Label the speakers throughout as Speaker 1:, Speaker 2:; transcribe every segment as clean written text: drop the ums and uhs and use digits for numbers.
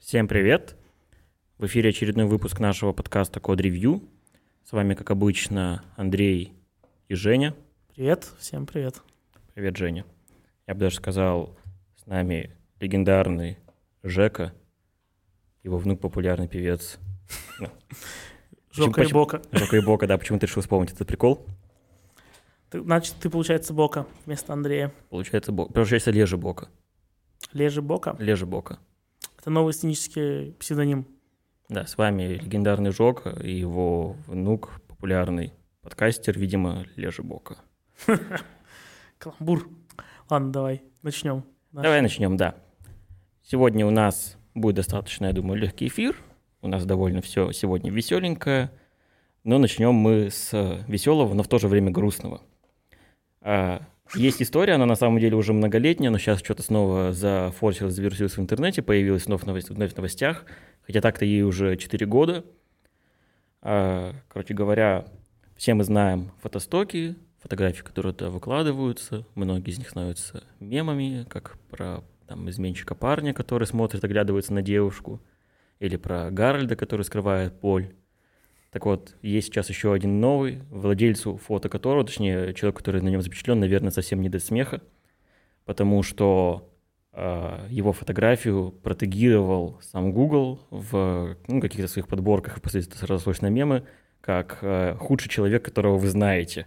Speaker 1: Всем привет! В эфире очередной выпуск нашего подкаста Code Review. С вами, как обычно, Андрей и Женя.
Speaker 2: Привет, всем привет.
Speaker 1: Привет, Женя. Я бы даже сказал, с нами легендарный Жека, его внук популярный певец.
Speaker 2: Жока и Бока.
Speaker 1: Жока и Бока, да, почему ты решил вспомнить этот прикол?
Speaker 2: Значит, ты, получается, Бока вместо Андрея.
Speaker 1: Получается Лежи Бока.
Speaker 2: Лежи Бока?
Speaker 1: Лежи Бока.
Speaker 2: Это новый сценический псевдоним.
Speaker 1: Да, с вами легендарный Жока и его внук, популярный подкастер, видимо, Лежи Бока.
Speaker 2: Каламбур. Ладно, давай, начнем.
Speaker 1: Давай начнем, да. Сегодня у нас будет достаточно, я думаю, легкий эфир. У нас довольно все сегодня веселенькое. Но начнем мы с веселого, но в то же время грустного. Есть история, она на самом деле уже многолетняя, но сейчас что-то снова зафорсилась, завирусилась в интернете, появилась вновь в новостях, хотя так-то ей уже 4 года. Короче говоря, все мы знаем фотостоки, фотографии, которые туда выкладываются, многие из них становятся мемами, как про изменщика парня, который смотрит, оглядывается на девушку, или про Гарольда, который скрывает боль. Так вот, есть сейчас еще один новый, владельцу фото которого, точнее, человек, который на нем запечатлен, наверное, совсем не до смеха, потому что его фотографию протегировал сам Google в каких-то своих подборках, и впоследствии это разошлось на мемы, как худший человек, которого вы знаете.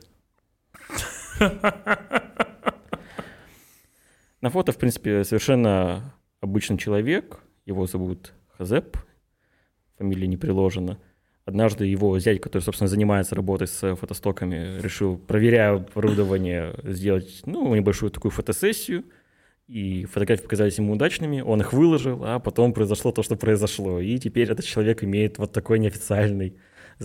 Speaker 1: На фото, в принципе, совершенно обычный человек, его зовут Хазеп, фамилия не приложена. Однажды его зять, который, собственно, занимается работой с фотостоками, решил, проверяя оборудование, сделать небольшую такую фотосессию, и фотографии показались ему удачными, он их выложил, а потом произошло то, что произошло. И теперь этот человек имеет вот такое неофициальное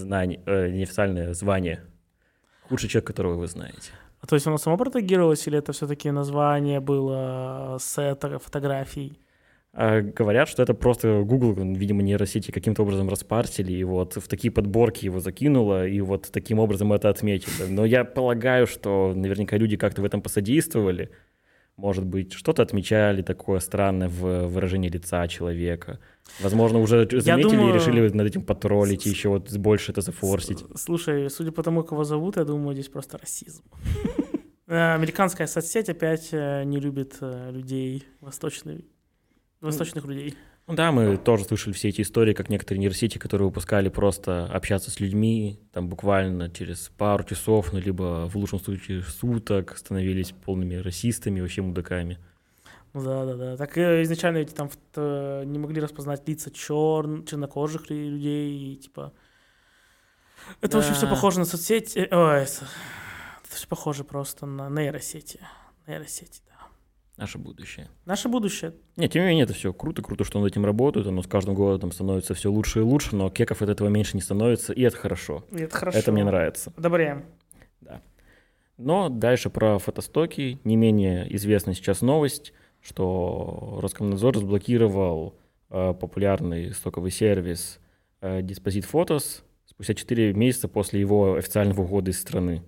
Speaker 1: звание. Худший человек, которого вы знаете.
Speaker 2: То есть оно само протегировалось, или это все-таки название было сета фотографий?
Speaker 1: Говорят, что это просто Google, видимо, нейросети каким-то образом распарсили, и вот в такие подборки его закинуло, и вот таким образом это отметили. Но я полагаю, что наверняка люди как-то в этом посодействовали. Может быть, что-то отмечали такое странное в выражении лица человека. Возможно, уже заметили и решили над этим потроллить и еще вот больше это зафорсить.
Speaker 2: Слушай, судя по тому, как его зовут, я думаю, здесь просто расизм. Американская соцсеть опять не любит людей восточных людей.
Speaker 1: Да, мы тоже слышали все эти истории, как некоторые нейросети, которые выпускали просто общаться с людьми, там буквально через пару часов, либо в лучшем случае суток, становились полными расистами, вообще мудаками.
Speaker 2: Да. Так изначально эти там не могли распознать лица чернокожих людей, типа. Это очень все похоже на соцсети. Это все похоже просто на нейросети. Нейросети, да.
Speaker 1: Наше будущее.
Speaker 2: Наше будущее.
Speaker 1: Нет, тем не менее, это все круто, что над этим работают, оно с каждым годом становится все лучше и лучше, но кеков от этого меньше не становится, и это хорошо. Это мне нравится.
Speaker 2: Одобряем.
Speaker 1: Да. Но дальше про фотостоки. Не менее известна сейчас новость, что Роскомнадзор разблокировал популярный стоковый сервис Disposit Photos спустя 4 месяца после его официального ухода из страны.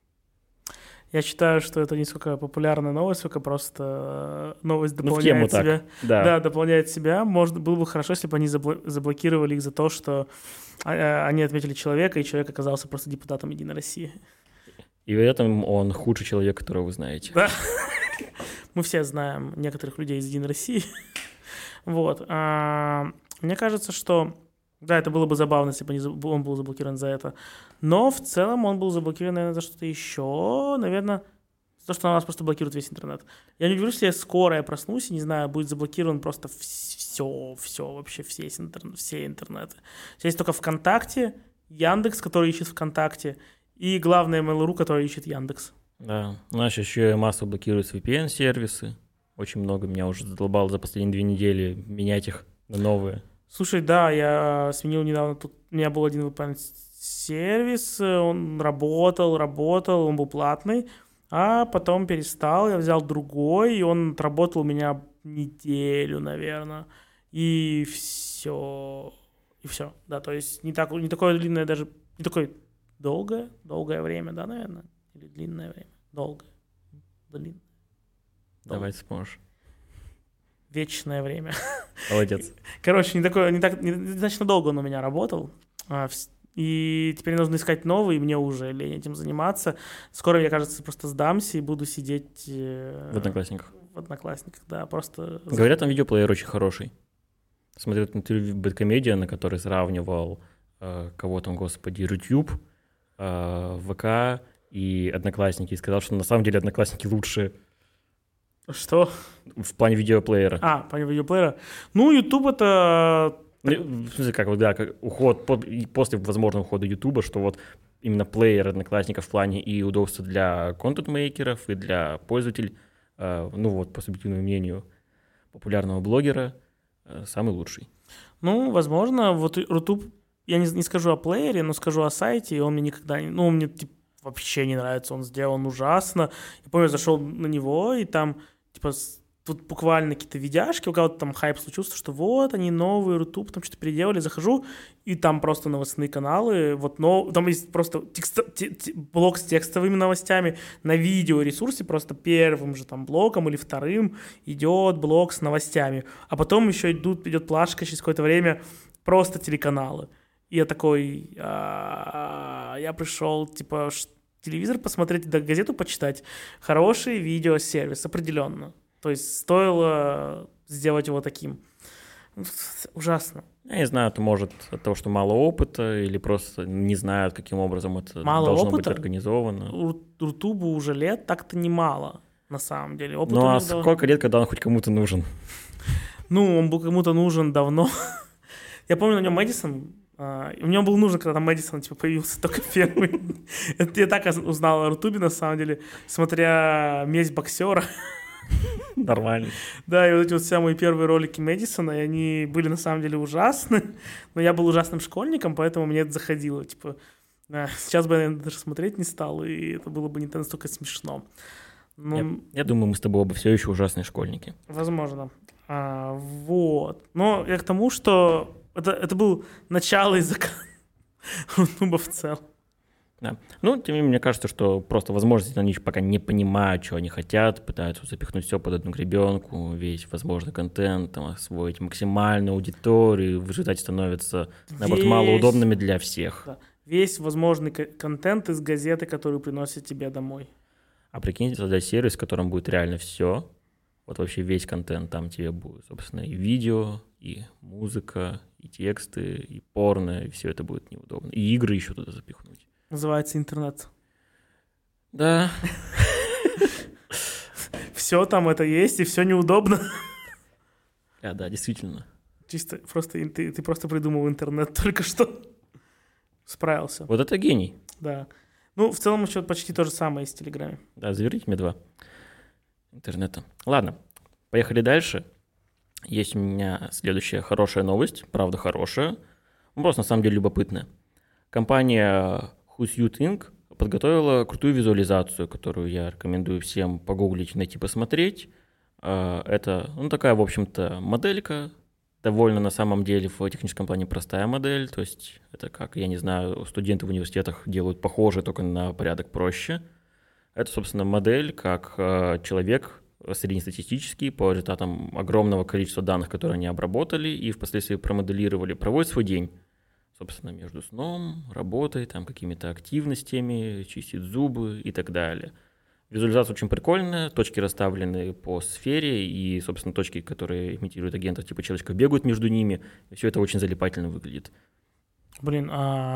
Speaker 2: Я считаю, что это не сколько популярная новость, сколько просто новость дополняет себя. Да, дополняет себя. Было бы хорошо, если бы они заблокировали их за то, что они отметили человека, и человек оказался просто депутатом Единой России.
Speaker 1: И в этом он худший человек, которого вы знаете.
Speaker 2: Да. Мы все знаем некоторых людей из Единой России. Вот. Мне кажется, что да, это было бы забавно, если бы он был заблокирован за это. Но в целом он был заблокирован, наверное, за что-то еще. Наверное, за то, что на нас просто блокирует весь интернет. Я не удивлюсь, если скоро я проснусь и, не знаю, будет заблокирован просто все, вообще все интернеты. Есть только ВКонтакте, Яндекс, который ищет ВКонтакте, и главное Mail.ru, который ищет Яндекс.
Speaker 1: Да, у нас еще массово блокируются VPN-сервисы. Очень много меня уже задолбало за последние 2 недели менять их на новые.
Speaker 2: Слушай, да, я сменил недавно, тут у меня был один VPN-сервис, он работал, он был платный, а потом перестал, я взял другой, и он отработал у меня неделю, наверное, и все, да, то есть не такое длинное даже, не такое долгое время, да, наверное, или длинное время, длинное.
Speaker 1: Давай сможешь.
Speaker 2: вечное время.
Speaker 1: Молодец.
Speaker 2: Короче, недостаточно долго он у меня работал, и теперь нужно искать новый, и мне уже лень этим заниматься. Скоро, мне кажется, просто сдамся и буду сидеть...
Speaker 1: В Одноклассниках.
Speaker 2: В Одноклассниках, да, просто...
Speaker 1: Говорят, там видеоплеер очень хороший. Смотрел интервью Бэдкомедиана, который сравнивал кого там, господи, YouTube, ВК и Одноклассники, и сказал, что на самом деле Одноклассники лучше.
Speaker 2: Что?
Speaker 1: В плане видеоплеера.
Speaker 2: В плане видеоплеера. Ну, YouTube это...
Speaker 1: В смысле, как уход, после возможного ухода Ютуба, что вот именно плеер Одноклассников в плане и удобства для контент-мейкеров, и для пользователей, по субъективному мнению популярного блогера, самый лучший.
Speaker 2: Ну, возможно, вот YouTube, я не скажу о плеере, но скажу о сайте, и он мне никогда не... Ну, мне вообще не нравится, он сделан ужасно. Я помню, я зашел на него, и там, тут буквально какие-то видяшки, у кого-то там хайп случился, что вот, они новые, Рутуб, там что-то переделали, захожу, и там просто новостные каналы, там есть просто блок с текстовыми новостями, на видеоресурсе просто первым же там блоком или вторым идет блок с новостями, а потом еще идет плашка через какое-то время просто телеканалы. И я такой, я пришел, телевизор посмотреть, да, газету почитать, хороший видеосервис, определенно. То есть стоило сделать его таким. Ужасно.
Speaker 1: Я не знаю, это может от того, что мало опыта, или просто не знают, каким образом это
Speaker 2: мало
Speaker 1: должно
Speaker 2: опыта?
Speaker 1: быть организовано.
Speaker 2: Рутубу уже лет так-то немало, на самом деле.
Speaker 1: Ну а сколько лет, когда он хоть кому-то нужен?
Speaker 2: Ну, он был кому-то нужен давно. Я помню, на нем Мэдисон... Мне был нужен, когда там Мэдисон появился только первый. Это я так узнал о Рутубе, на самом деле, смотря «Месть боксера».
Speaker 1: Нормально.
Speaker 2: Да, и вот эти все мои первые ролики Мэдисона, и они были на самом деле ужасны, но я был ужасным школьником, поэтому мне это заходило. Сейчас бы я, наверное, даже смотреть не стал, и это было бы не настолько смешно.
Speaker 1: Я думаю, мы с тобой оба все еще ужасные школьники.
Speaker 2: Возможно. Вот. Но я к тому, что это был начало языка Рутуба в целом.
Speaker 1: Да. Ну, тем не менее, мне кажется, что просто, возможно, они еще пока не понимают, что они хотят, пытаются запихнуть все под одну гребенку, весь возможный контент, там, освоить максимальную аудиторию, в результате становятся, наоборот, малоудобными для всех.
Speaker 2: Да. Весь возможный контент из газеты, который приносит тебе домой.
Speaker 1: А прикиньте, создать сервис, в котором будет реально все, вот вообще весь контент, там тебе будет, собственно, и видео, и музыка, и тексты, и порно, и все это будет неудобно. И игры еще туда запихнуть.
Speaker 2: Называется интернет.
Speaker 1: Да.
Speaker 2: Все там это есть, и все неудобно.
Speaker 1: Да, действительно.
Speaker 2: Чисто просто ты просто придумал интернет только что. Справился.
Speaker 1: Вот это гений.
Speaker 2: Да. Ну, в целом еще почти то же самое есть в Телеграме.
Speaker 1: Да, заверните мне 2 интернета. Ладно, поехали дальше. Есть у меня следующая хорошая новость, правда хорошая, просто на самом деле любопытная. Компания Hootsuite Inc. подготовила крутую визуализацию, которую я рекомендую всем погуглить, найти, посмотреть. Это, такая, в общем-то, моделька, довольно на самом деле в техническом плане простая модель, то есть это как, я не знаю, студенты в университетах делают похожее, только на порядок проще. Это, собственно, модель, как человек среднестатистический по результатам огромного количества данных, которые они обработали и впоследствии промоделировали, проводит свой день. Собственно, между сном, работой, там, какими-то активностями, чистит зубы и так далее. Визуализация очень прикольная, точки расставлены по сфере, и, собственно, точки, которые имитируют агентов типа человечков, бегают между ними, и все это очень залипательно выглядит.
Speaker 2: Блин,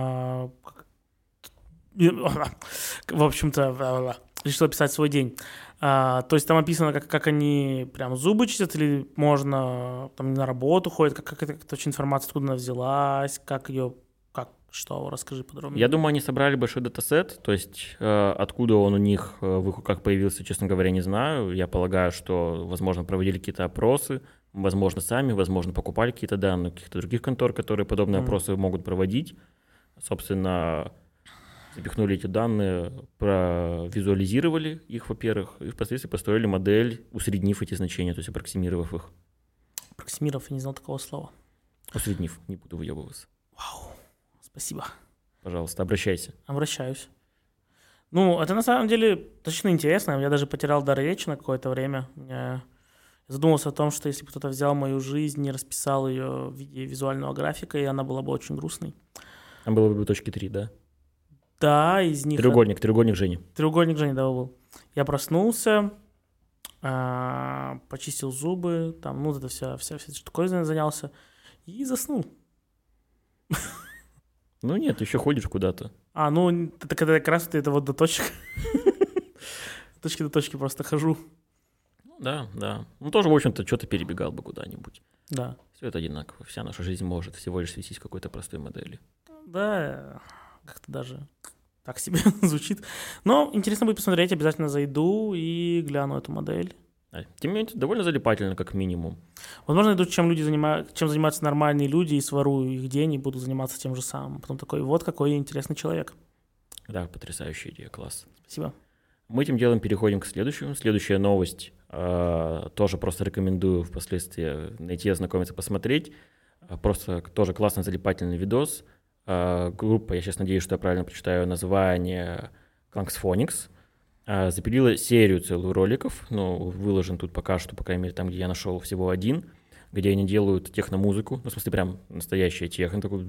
Speaker 2: в общем-то, решил описать свой день. То есть там описано, как они прям зубы чистят, или можно там на работу ходят, как это вообще информация, откуда она взялась, что, расскажи подробнее.
Speaker 1: Я думаю, они собрали большой датасет, то есть откуда он у них, как появился, честно говоря, не знаю. Я полагаю, что, возможно, проводили какие-то опросы, возможно, сами, возможно, покупали какие-то данные каких-то других контор, которые подобные опросы могут проводить. Собственно, запихнули эти данные, провизуализировали их, во-первых, и впоследствии построили модель, усреднив эти значения, то есть аппроксимировав их.
Speaker 2: Аппроксимировав, я не знал такого слова.
Speaker 1: Усреднив, не буду выебываться.
Speaker 2: Вау, спасибо.
Speaker 1: Пожалуйста, обращайся.
Speaker 2: Обращаюсь. Ну, это на самом деле достаточно интересно. Я даже потерял дар речи на какое-то время. Я Я задумался о том, что если бы кто-то взял мою жизнь и расписал ее в виде визуального графика, и она была бы очень грустной.
Speaker 1: Там было бы точки 3, да?
Speaker 2: Да, из них...
Speaker 1: Треугольник Жени.
Speaker 2: Треугольник Жени, да, был. Я проснулся, почистил зубы, там, ну, это вся штуковиной занялся и заснул.
Speaker 1: Ну нет, еще ходишь куда-то.
Speaker 2: Ну, это когда как раз это вот до точек. Точки до точки просто хожу.
Speaker 1: Да. Ну, тоже, в общем-то, что-то перебегал бы куда-нибудь.
Speaker 2: Да.
Speaker 1: Все это одинаково. Вся наша жизнь может всего лишь свестись к какой-то простой модели.
Speaker 2: Да, как-то даже так себе звучит. Но интересно будет посмотреть, обязательно зайду и гляну эту модель.
Speaker 1: Тем не менее, довольно залипательно, как минимум.
Speaker 2: Возможно, найду, чем занимаются нормальные люди, и сворую их день, и буду заниматься тем же самым. Потом такой, вот какой интересный человек.
Speaker 1: Да, потрясающая идея, класс.
Speaker 2: Спасибо.
Speaker 1: Мы этим делом переходим к следующему. Следующая новость. Тоже просто рекомендую впоследствии найти, ознакомиться, посмотреть. Просто тоже классный залипательный видос. Группа, я сейчас надеюсь, что я правильно прочитаю название, Klangphonics, запилила серию целую роликов, выложен тут пока что, по крайней мере, там, где я нашел всего один, где они делают техномузыку, в смысле, прям настоящая техно, такой...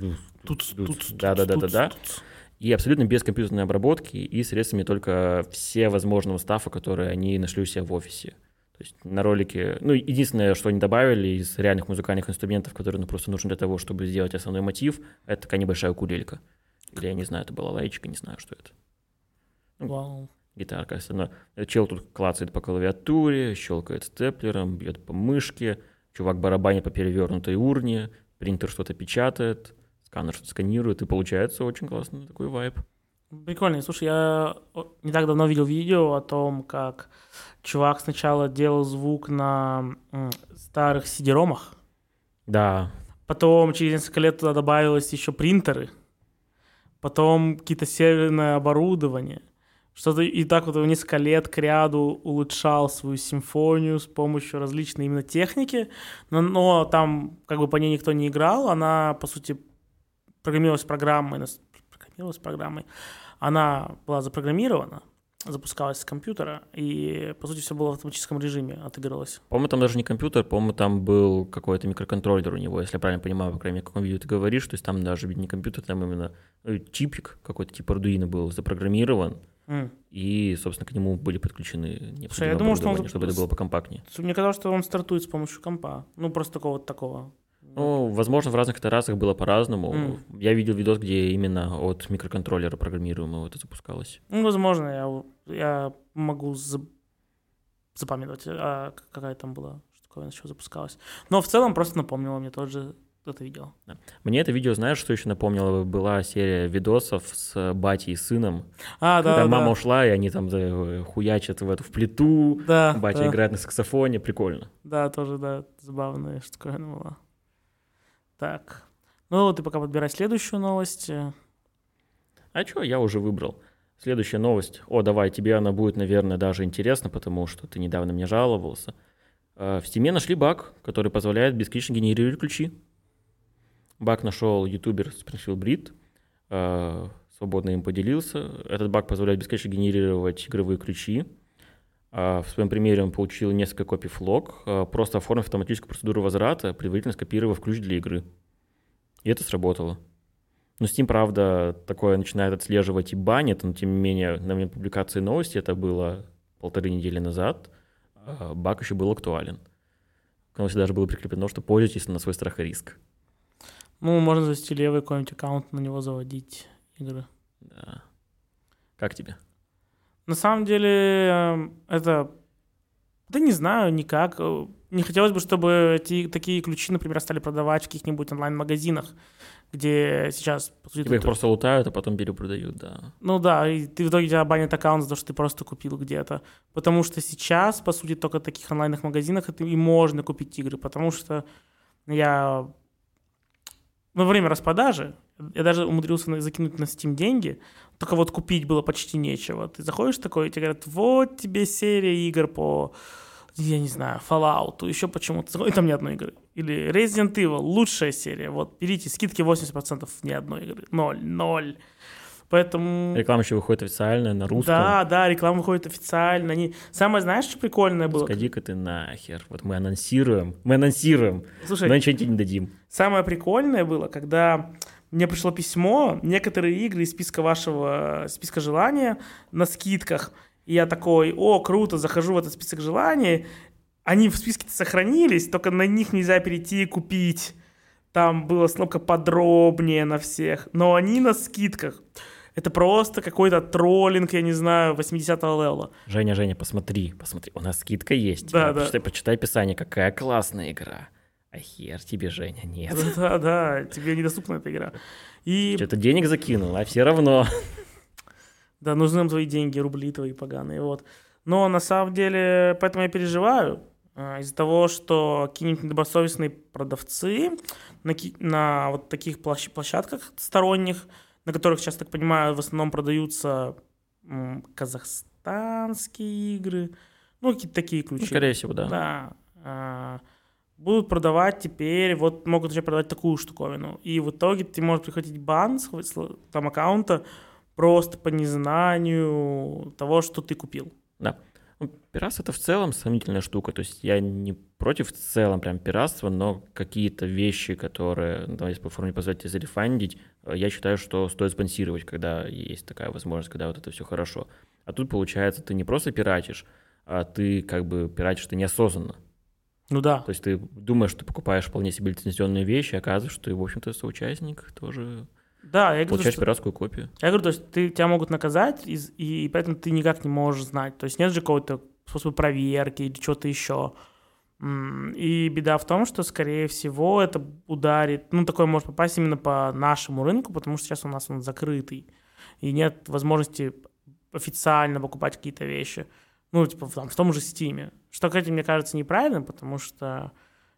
Speaker 1: Да. И абсолютно без компьютерной обработки и средствами только всевозможного стаффа, которые они нашли у себя в офисе. То есть на ролике... единственное, что они добавили из реальных музыкальных инструментов, которые просто нужны для того, чтобы сделать основной мотив, это такая небольшая укулелька. Или, я не знаю, это была лаечка, не знаю, что это.
Speaker 2: Вау.
Speaker 1: Гитарка. Чел тут клацает по клавиатуре, щелкает степлером, бьет по мышке, чувак барабанит по перевернутой урне, принтер что-то печатает, сканер что-то сканирует, и получается очень классный такой вайб.
Speaker 2: Прикольно. Слушай, я не так давно видел видео о том, как чувак сначала делал звук на старых CD-ромах.
Speaker 1: Да.
Speaker 2: Потом через несколько лет туда добавилось еще принтеры. Потом какие-то серверное оборудование. Что-то и так вот несколько лет кряду улучшал свою симфонию с помощью различной именно техники. Но там как бы по ней никто не играл. Она, по сути, программировалась программой. Она была запрограммирована, запускалась с компьютера, и, по сути, все было в автоматическом режиме, отыгрывалось.
Speaker 1: По-моему, там даже не компьютер, по-моему, там был какой-то микроконтроллер у него, если я правильно понимаю, по крайней мере, в каком видео ты говоришь, то есть там даже не компьютер, там именно чипик какой-то типа Arduino был запрограммирован, и, собственно, к нему были подключены необходимые оборудования, чтобы это было покомпактнее.
Speaker 2: Мне казалось, что он стартует с помощью компа, просто такого.
Speaker 1: Возможно, в разных итерациях было по-разному. Я видел видос, где именно от микроконтроллера программируемого это запускалось.
Speaker 2: Возможно, я могу запамятовать, какая там была штуковина, еще запускалась. Но в целом просто напомнило мне тоже это видео.
Speaker 1: Да. Мне это видео, знаешь, что еще напомнило? Была серия видосов с батей и сыном. Когда мама ушла, и они там хуячат в плиту, батя играет на саксофоне, прикольно.
Speaker 2: Да, тоже, забавная штуковина была. Так, ты пока подбирай следующую новость.
Speaker 1: А что, я уже выбрал. Следующая новость. Давай, тебе она будет, наверное, даже интересна, потому что ты недавно мне жаловался. В Steam нашли баг, который позволяет бесконечно генерировать ключи. Баг нашел ютубер Springfield Breed, свободно им поделился. Этот баг позволяет бесконечно генерировать игровые ключи. В своем примере он получил несколько копий флог, просто оформив автоматическую процедуру возврата, предварительно скопировав ключ для игры. И это сработало. Steam, правда, такое начинает отслеживать и банит, но тем не менее, на момент публикации новости, это было 1,5 недели назад, баг еще был актуален. К новости даже было прикреплено, что пользуйтесь на свой страх и риск.
Speaker 2: Можно завести левый какой-нибудь аккаунт, на него заводить игры.
Speaker 1: Да. Как тебе?
Speaker 2: На самом деле, это... Да не знаю, никак. Не хотелось бы, чтобы такие ключи, например, стали продавать в каких-нибудь онлайн-магазинах, где сейчас...
Speaker 1: Тебе их просто лутают, а потом перепродают, да.
Speaker 2: И ты в итоге тебя банят аккаунт за то, что ты просто купил где-то. Потому что сейчас, по сути, только в таких онлайн магазинах и можно купить игры, потому что я... Во время распродажи я даже умудрился закинуть на Steam деньги, только вот купить было почти нечего. Ты заходишь такой, и тебе говорят, вот тебе серия игр по, я не знаю, Fallout, еще почему-то, и там ни одной игры. Или Resident Evil, лучшая серия, вот, берите, скидки 80% ни одной игры, 0. Поэтому...
Speaker 1: Реклама еще выходит официальная, на русском.
Speaker 2: Да, реклама выходит официально. Самое, знаешь, что прикольное было?
Speaker 1: Сходи-ка ты нахер. Вот мы анонсируем,
Speaker 2: Слушай,
Speaker 1: но ничего тебе не дадим.
Speaker 2: Самое прикольное было, когда мне пришло письмо, некоторые игры из списка желания на скидках. И я такой, круто, захожу в этот список желаний. Они в списке сохранились, только на них нельзя перейти и купить. Там было кнопка подробнее на всех. Но они на скидках. Это просто какой-то троллинг, я не знаю, 80-го левела.
Speaker 1: Женя, посмотри. У нас скидка есть.
Speaker 2: Да.
Speaker 1: Почитай описание. Какая классная игра. А хер тебе, Женя, нет.
Speaker 2: Да, тебе недоступна эта игра.
Speaker 1: Что-то денег закинул, а все равно.
Speaker 2: Да, нужны нам твои деньги, рубли твои поганые, вот. Но на самом деле, поэтому я переживаю. Из-за того, что какие-нибудь недобросовестные продавцы на вот таких площадках сторонних, на которых, сейчас так понимаю, в основном продаются казахстанские игры, какие-то такие ключи.
Speaker 1: Скорее всего, да.
Speaker 2: Да. Будут продавать теперь, вот могут уже продавать такую штуковину. И в итоге ты можешь прихватить бан с там аккаунта просто по незнанию того, что ты купил.
Speaker 1: Да. Пиратство — это в целом сомнительная штука. То есть я не против в целом прям пиратства, но какие-то вещи, которые, если платформа не позволяет тебе зарефандить, я считаю, что стоит спонсировать, когда есть такая возможность, когда вот это все хорошо. А тут, получается, ты не просто пиратишь, а ты как бы пиратишь неосознанно.
Speaker 2: Ну да.
Speaker 1: То есть ты думаешь, что ты покупаешь вполне себе лицензионные вещи, а оказывается, что ты, в общем-то, соучастник тоже.
Speaker 2: Да, я говорю,
Speaker 1: получаешь пиратскую копию.
Speaker 2: Я говорю, то есть тебя могут наказать, и поэтому ты никак не можешь знать. То есть нет же какого-то способа проверки или чего-то еще. И беда в том, что, скорее всего, это ударит... такое может попасть именно по нашему рынку, потому что сейчас у нас он закрытый. И нет возможности официально покупать какие-то вещи. В том же Steam. Что, кстати, мне кажется неправильным, потому что,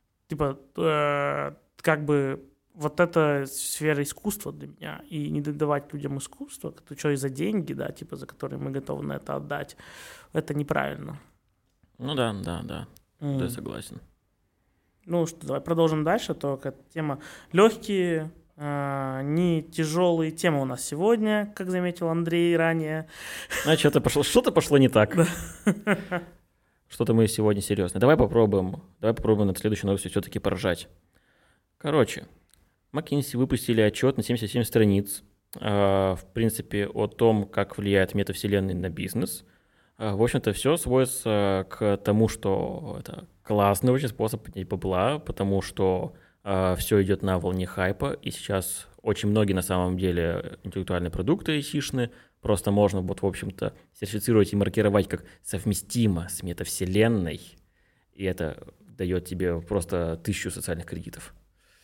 Speaker 2: как бы... Вот это сфера искусства для меня. И не давать людям искусство, что и за деньги, да, за которые мы готовы на это отдать, это неправильно.
Speaker 1: Ну да. Я согласен.
Speaker 2: Давай продолжим дальше. Только тема легкие, не тяжелые темы у нас сегодня, как заметил Андрей ранее.
Speaker 1: Что-то пошло не так. Что-то мы сегодня серьезно. Давай попробуем над следующей новостью все-таки поржать. Короче, McKinsey выпустили отчет на 77 страниц, в принципе, о том, как влияет метавселенная на бизнес. В общем-то, все сводится к тому, что это классный очень способ поднять бабла, потому что все идет на волне хайпа, и сейчас очень многие на самом деле интеллектуальные продукты ИСишные просто можно, в общем-то, сертифицировать и маркировать как совместимо с метавселенной, и это дает тебе просто 1000 социальных кредитов.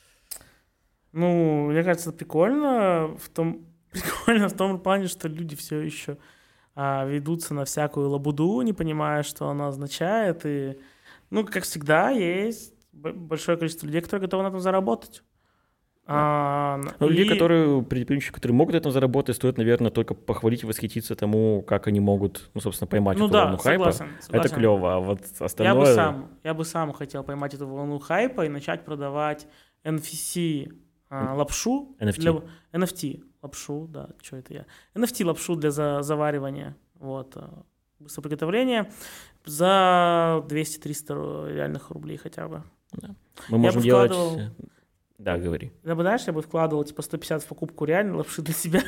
Speaker 2: Мне кажется, это прикольно в том плане, что люди все еще ведутся на всякую лабуду, не понимая, что она означает. И, как всегда, есть большое количество людей, которые готовы на этом заработать.
Speaker 1: Людей, предприимчивые, которые могут на этом заработать, стоит, наверное, только похвалить и восхититься тому, как они могут, собственно, поймать эту волну хайпа.
Speaker 2: Согласен.
Speaker 1: Это клево, а вот остальное...
Speaker 2: Я бы сам хотел поймать эту волну хайпа и начать продавать NFC лапшу. NFT лапшу, да, что это я? NFT лапшу для заваривания, быстрое приготовление за 200-300 реальных рублей хотя бы.
Speaker 1: Да. Мы можем делать... Да, говори.
Speaker 2: Я бы вкладывал 150 в покупку реальной лапши для себя.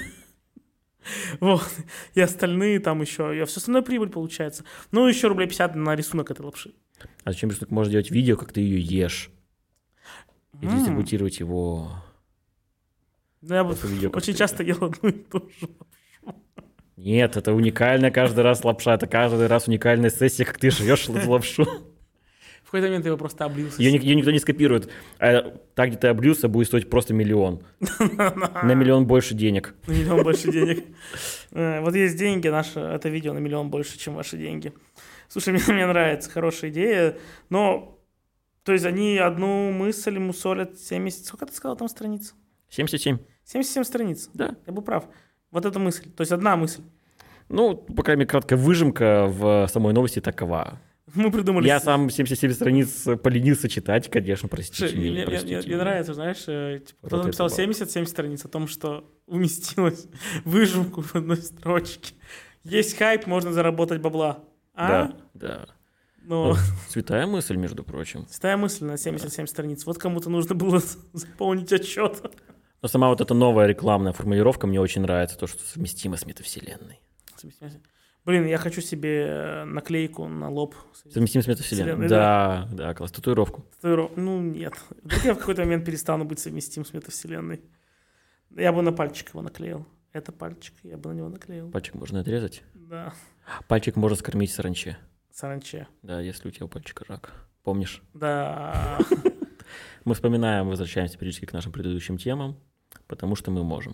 Speaker 2: И остальные там еще... Все остальное прибыль получается. Еще рублей 50 на рисунок этой лапши.
Speaker 1: А зачем рисунок? Можно делать видео, как ты ее ешь. И дистрибутировать его...
Speaker 2: Я очень часто ел одну и ту же лапшу.
Speaker 1: Нет, это уникальная каждый раз лапша. Это каждый раз уникальная сессия, как ты жуешь эту лапшу.
Speaker 2: В какой-то момент я его просто облился.
Speaker 1: Ее никто не скопирует. А так, где ты облился, будет стоить просто 1 000 000. На 1 000 000 больше денег.
Speaker 2: На 1 000 000 больше денег. Вот есть деньги, это видео на 1 000 000 больше, чем ваши деньги. Слушай, мне нравится, хорошая идея. Но, то есть они одну мысль мусолят 70... Сколько ты сказал там страниц?
Speaker 1: 77.
Speaker 2: 77 страниц.
Speaker 1: Да.
Speaker 2: Я был прав. Вот эта мысль. То есть одна мысль.
Speaker 1: По крайней мере, краткая выжимка в самой новости такова.
Speaker 2: Мы придумали...
Speaker 1: Я сам 77 страниц поленился читать, конечно, простите.
Speaker 2: Мне нравится, знаешь, кто-то написал 77 страниц о том, что уместилось выжимку в одной строчке. Есть хайп, можно заработать бабла.
Speaker 1: Да.
Speaker 2: Но...
Speaker 1: Святая мысль, между прочим.
Speaker 2: Святая мысль на 77 страниц. Вот кому-то нужно было заполнить отчет.
Speaker 1: Но сама вот эта новая рекламная формулировка мне очень нравится, то, что совместимо с метавселенной.
Speaker 2: Блин, я хочу себе наклейку на лоб.
Speaker 1: Совместимо с метавселенной. Да, класс. Татуировку.
Speaker 2: Ну, нет. Вдруг я в какой-то момент перестану быть совместим с метавселенной. Я бы на пальчик его наклеил. Это пальчик, я бы на него наклеил.
Speaker 1: Пальчик можно отрезать?
Speaker 2: Да.
Speaker 1: Пальчик можно скормить саранче.
Speaker 2: Саранче.
Speaker 1: Да, если у тебя у пальчика рак. Помнишь?
Speaker 2: Да.
Speaker 1: Мы вспоминаем, возвращаемся периодически к нашим предыдущим темам, потому что мы можем.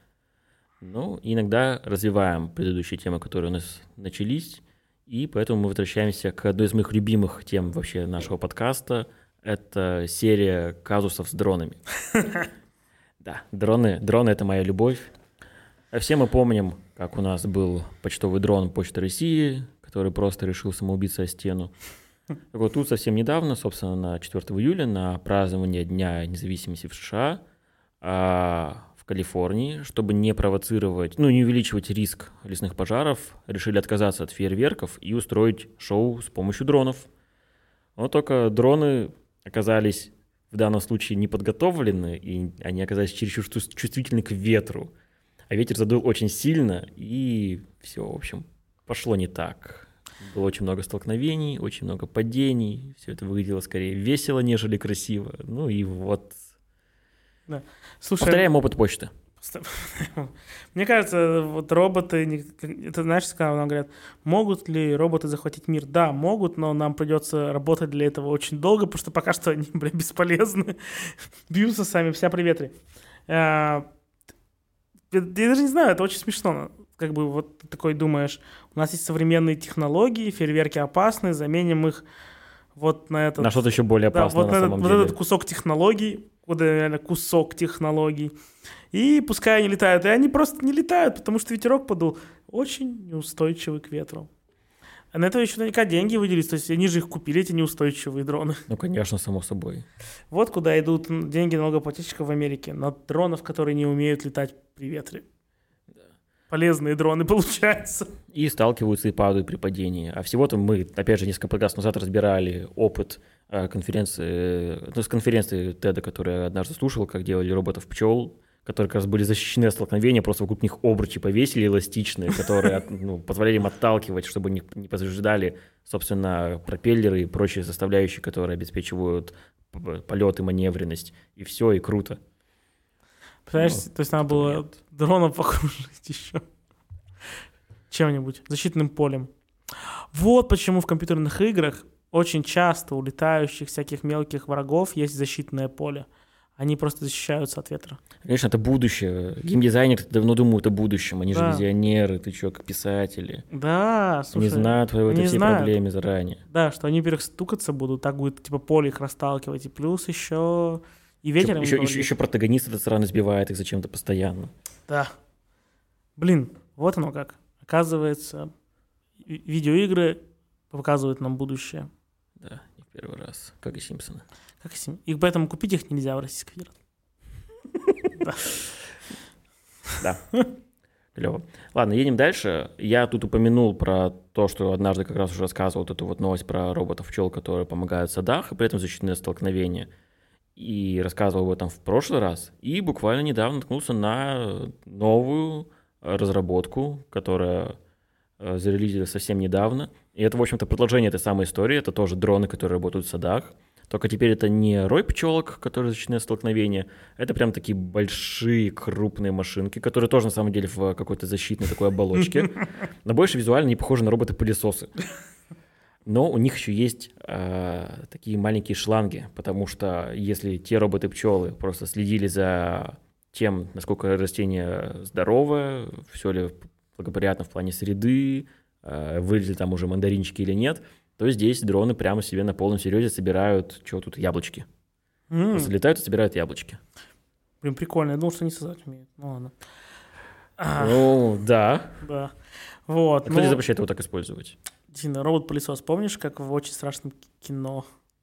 Speaker 1: Ну, иногда развиваем предыдущие темы, которые у нас начались, и поэтому мы возвращаемся к одной из моих любимых тем вообще нашего подкаста. Это серия казусов с дронами. Да, дроны — это моя любовь. А все мы помним, как у нас был почтовый дрон Почты России, который просто решил самоубиться о стену. Так вот тут совсем недавно, собственно, на 4 июля, на празднование Дня независимости в США, в Калифорнии, чтобы не провоцировать, не увеличивать риск лесных пожаров, решили отказаться от фейерверков и устроить шоу с помощью дронов. Но только дроны оказались в данном случае не подготовлены, и они оказались чересчур чувствительны к ветру. А ветер задул очень сильно, и все, в общем, пошло не так. Было очень много столкновений, очень много падений. Все это выглядело скорее весело, нежели красиво. Ну и вот.
Speaker 2: Да. Слушай,
Speaker 1: повторяем опыт почты.
Speaker 2: Мне кажется, вот роботы, это знаешь, когда нам говорят, могут ли роботы захватить мир? Да, могут, но нам придется работать для этого очень долго, потому что пока что они, бесполезны. Бьются сами, вся при ветре. Я даже не знаю, это очень смешно. Как бы вот ты такой думаешь, у нас есть современные технологии, фейерверки опасны, заменим их вот на этот...
Speaker 1: На что-то еще более опасное
Speaker 2: вот
Speaker 1: на самом деле.
Speaker 2: Вот этот кусок технологий, вот реально кусок технологий. И пускай они летают. И они просто не летают, потому что ветерок подул. Очень неустойчивый к ветру. А на это еще наверняка деньги выделились. То есть они же их купили, эти неустойчивые дроны.
Speaker 1: Ну, конечно, само собой.
Speaker 2: Вот куда идут деньги налогоплательщиков в Америке. На дронов, которые не умеют летать при ветре. Да. Полезные дроны, получается. И
Speaker 1: сталкиваются и падают при падении. А всего-то мы, опять же, несколько подкастов назад разбирали опыт конференции, с конференции TED, которую я однажды слушал, как делали роботов-пчел, которые как раз были защищены от столкновения, просто вокруг них обручи повесили эластичные, которые позволяли им отталкивать, чтобы не повреждали, собственно, пропеллеры и прочие составляющие, которые обеспечивают полет и маневренность. И все, и круто.
Speaker 2: Представляешь, то есть надо было дронов окружить еще чем-нибудь, защитным полем. Вот почему в компьютерных играх очень часто у летающих всяких мелких врагов есть защитное поле. Они просто защищаются от ветра.
Speaker 1: Конечно, это будущее. Геймдизайнеры давно думают о будущем. Они же визионеры, ты чё, как писатели.
Speaker 2: Да, слушай.
Speaker 1: Они знают твои эти все проблемы заранее.
Speaker 2: Да, что они, во-первых, стукаться будут, так будет типа поле их расталкивать. И плюс еще и ветер.
Speaker 1: Еще протагонист этот сразу сбивает их зачем-то постоянно.
Speaker 2: Да. Блин, вот оно как. Оказывается, видеоигры показывают нам будущее.
Speaker 1: Да, не в первый раз, как и Симпсоны.
Speaker 2: И поэтому купить их нельзя в Российской Федерации.
Speaker 1: Да. Клево. Ладно, едем дальше. Я тут упомянул про то, что однажды как раз уже рассказывал вот эту вот новость про роботов-пчел, которые помогают в садах и при этом защищены от столкновения. И рассказывал об этом в прошлый раз. И буквально недавно наткнулся на новую разработку, которая зарелизилась совсем недавно. И это, в общем-то, продолжение этой самой истории. Это тоже дроны, которые работают в садах. Только теперь это не рой пчелок, которые защищены от столкновения, это прям такие большие крупные машинки, которые тоже на самом деле в какой-то защитной такой оболочке, но больше визуально не похожи на роботы-пылесосы. Но у них еще есть такие маленькие шланги, потому что если те роботы-пчелы просто следили за тем, насколько растение здоровое, все ли благоприятно в плане среды, вылезли там уже мандаринчики или нет, то здесь дроны прямо себе на полном серьезе собирают, что тут, яблочки. Залетают и собирают яблочки.
Speaker 2: Блин, прикольно. Я думал, что они сосать умеют. Ну ладно.
Speaker 1: Ну, да.
Speaker 2: Да. Вот.
Speaker 1: А кто тебе запрещает его так использовать?
Speaker 2: Действительно, робот-пылесос. Помнишь, как в очень страшном кино?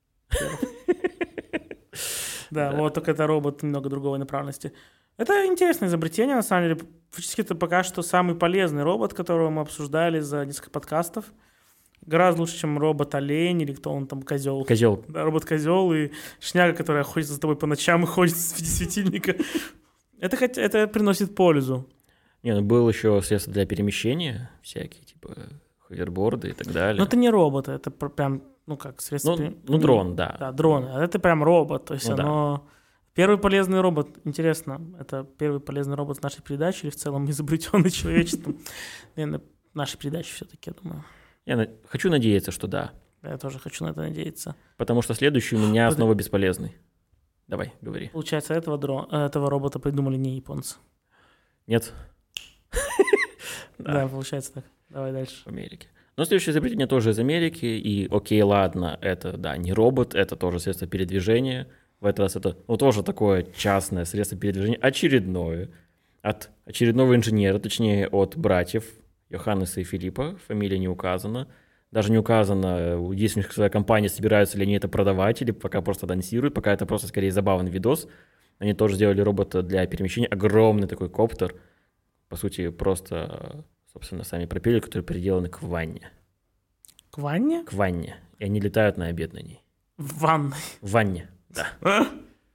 Speaker 2: Да, вот только это робот немного другой направленности. Это интересное изобретение, на самом деле. Фактически это пока что самый полезный робот, которого мы обсуждали за несколько подкастов. Гораздо лучше, чем робот-олень или кто он там, козел.
Speaker 1: Козел.
Speaker 2: Да, робот-козел и шняга, которая ходит за тобой по ночам и ходит в виде светильника. Это приносит пользу.
Speaker 1: Не, ну был еще средства для перемещения, всякие, типа ховерборды и так далее.
Speaker 2: Но это не робот, это прям, как средство...
Speaker 1: Ну, дрон, да.
Speaker 2: Да, дрон. А это прям робот, то есть оно... Да. Первый полезный робот, интересно, это первый полезный робот в нашей передаче или в целом изобретенный человечеством? Наверное, нашей передачи все-таки, я думаю.
Speaker 1: Я хочу надеяться, что да.
Speaker 2: Я тоже хочу на это надеяться.
Speaker 1: Потому что следующий у меня снова бесполезный. Давай, говори.
Speaker 2: Получается, этого робота придумали не японцы.
Speaker 1: Нет.
Speaker 2: Да, получается так. Давай дальше.
Speaker 1: В Америке. Но следующее изобретение тоже из Америки. И окей, ладно, это, да, не робот, это тоже средство передвижения. В этот раз это, тоже такое частное средство передвижения, очередное. От очередного инженера, точнее, от братьев Йоханнеса и Филиппа. Фамилия не указана. Даже не указано, есть у них своя компания, собираются ли они это продавать, или пока просто анонсируют, пока это просто скорее забавный видос. Они тоже сделали робота для перемещения, огромный такой коптер. По сути, просто, собственно, сами пропеллеры, которые приделаны к ванне.
Speaker 2: К ванне?
Speaker 1: К ванне. И они летают на обед на ней.
Speaker 2: В ванной?
Speaker 1: В ванне, да.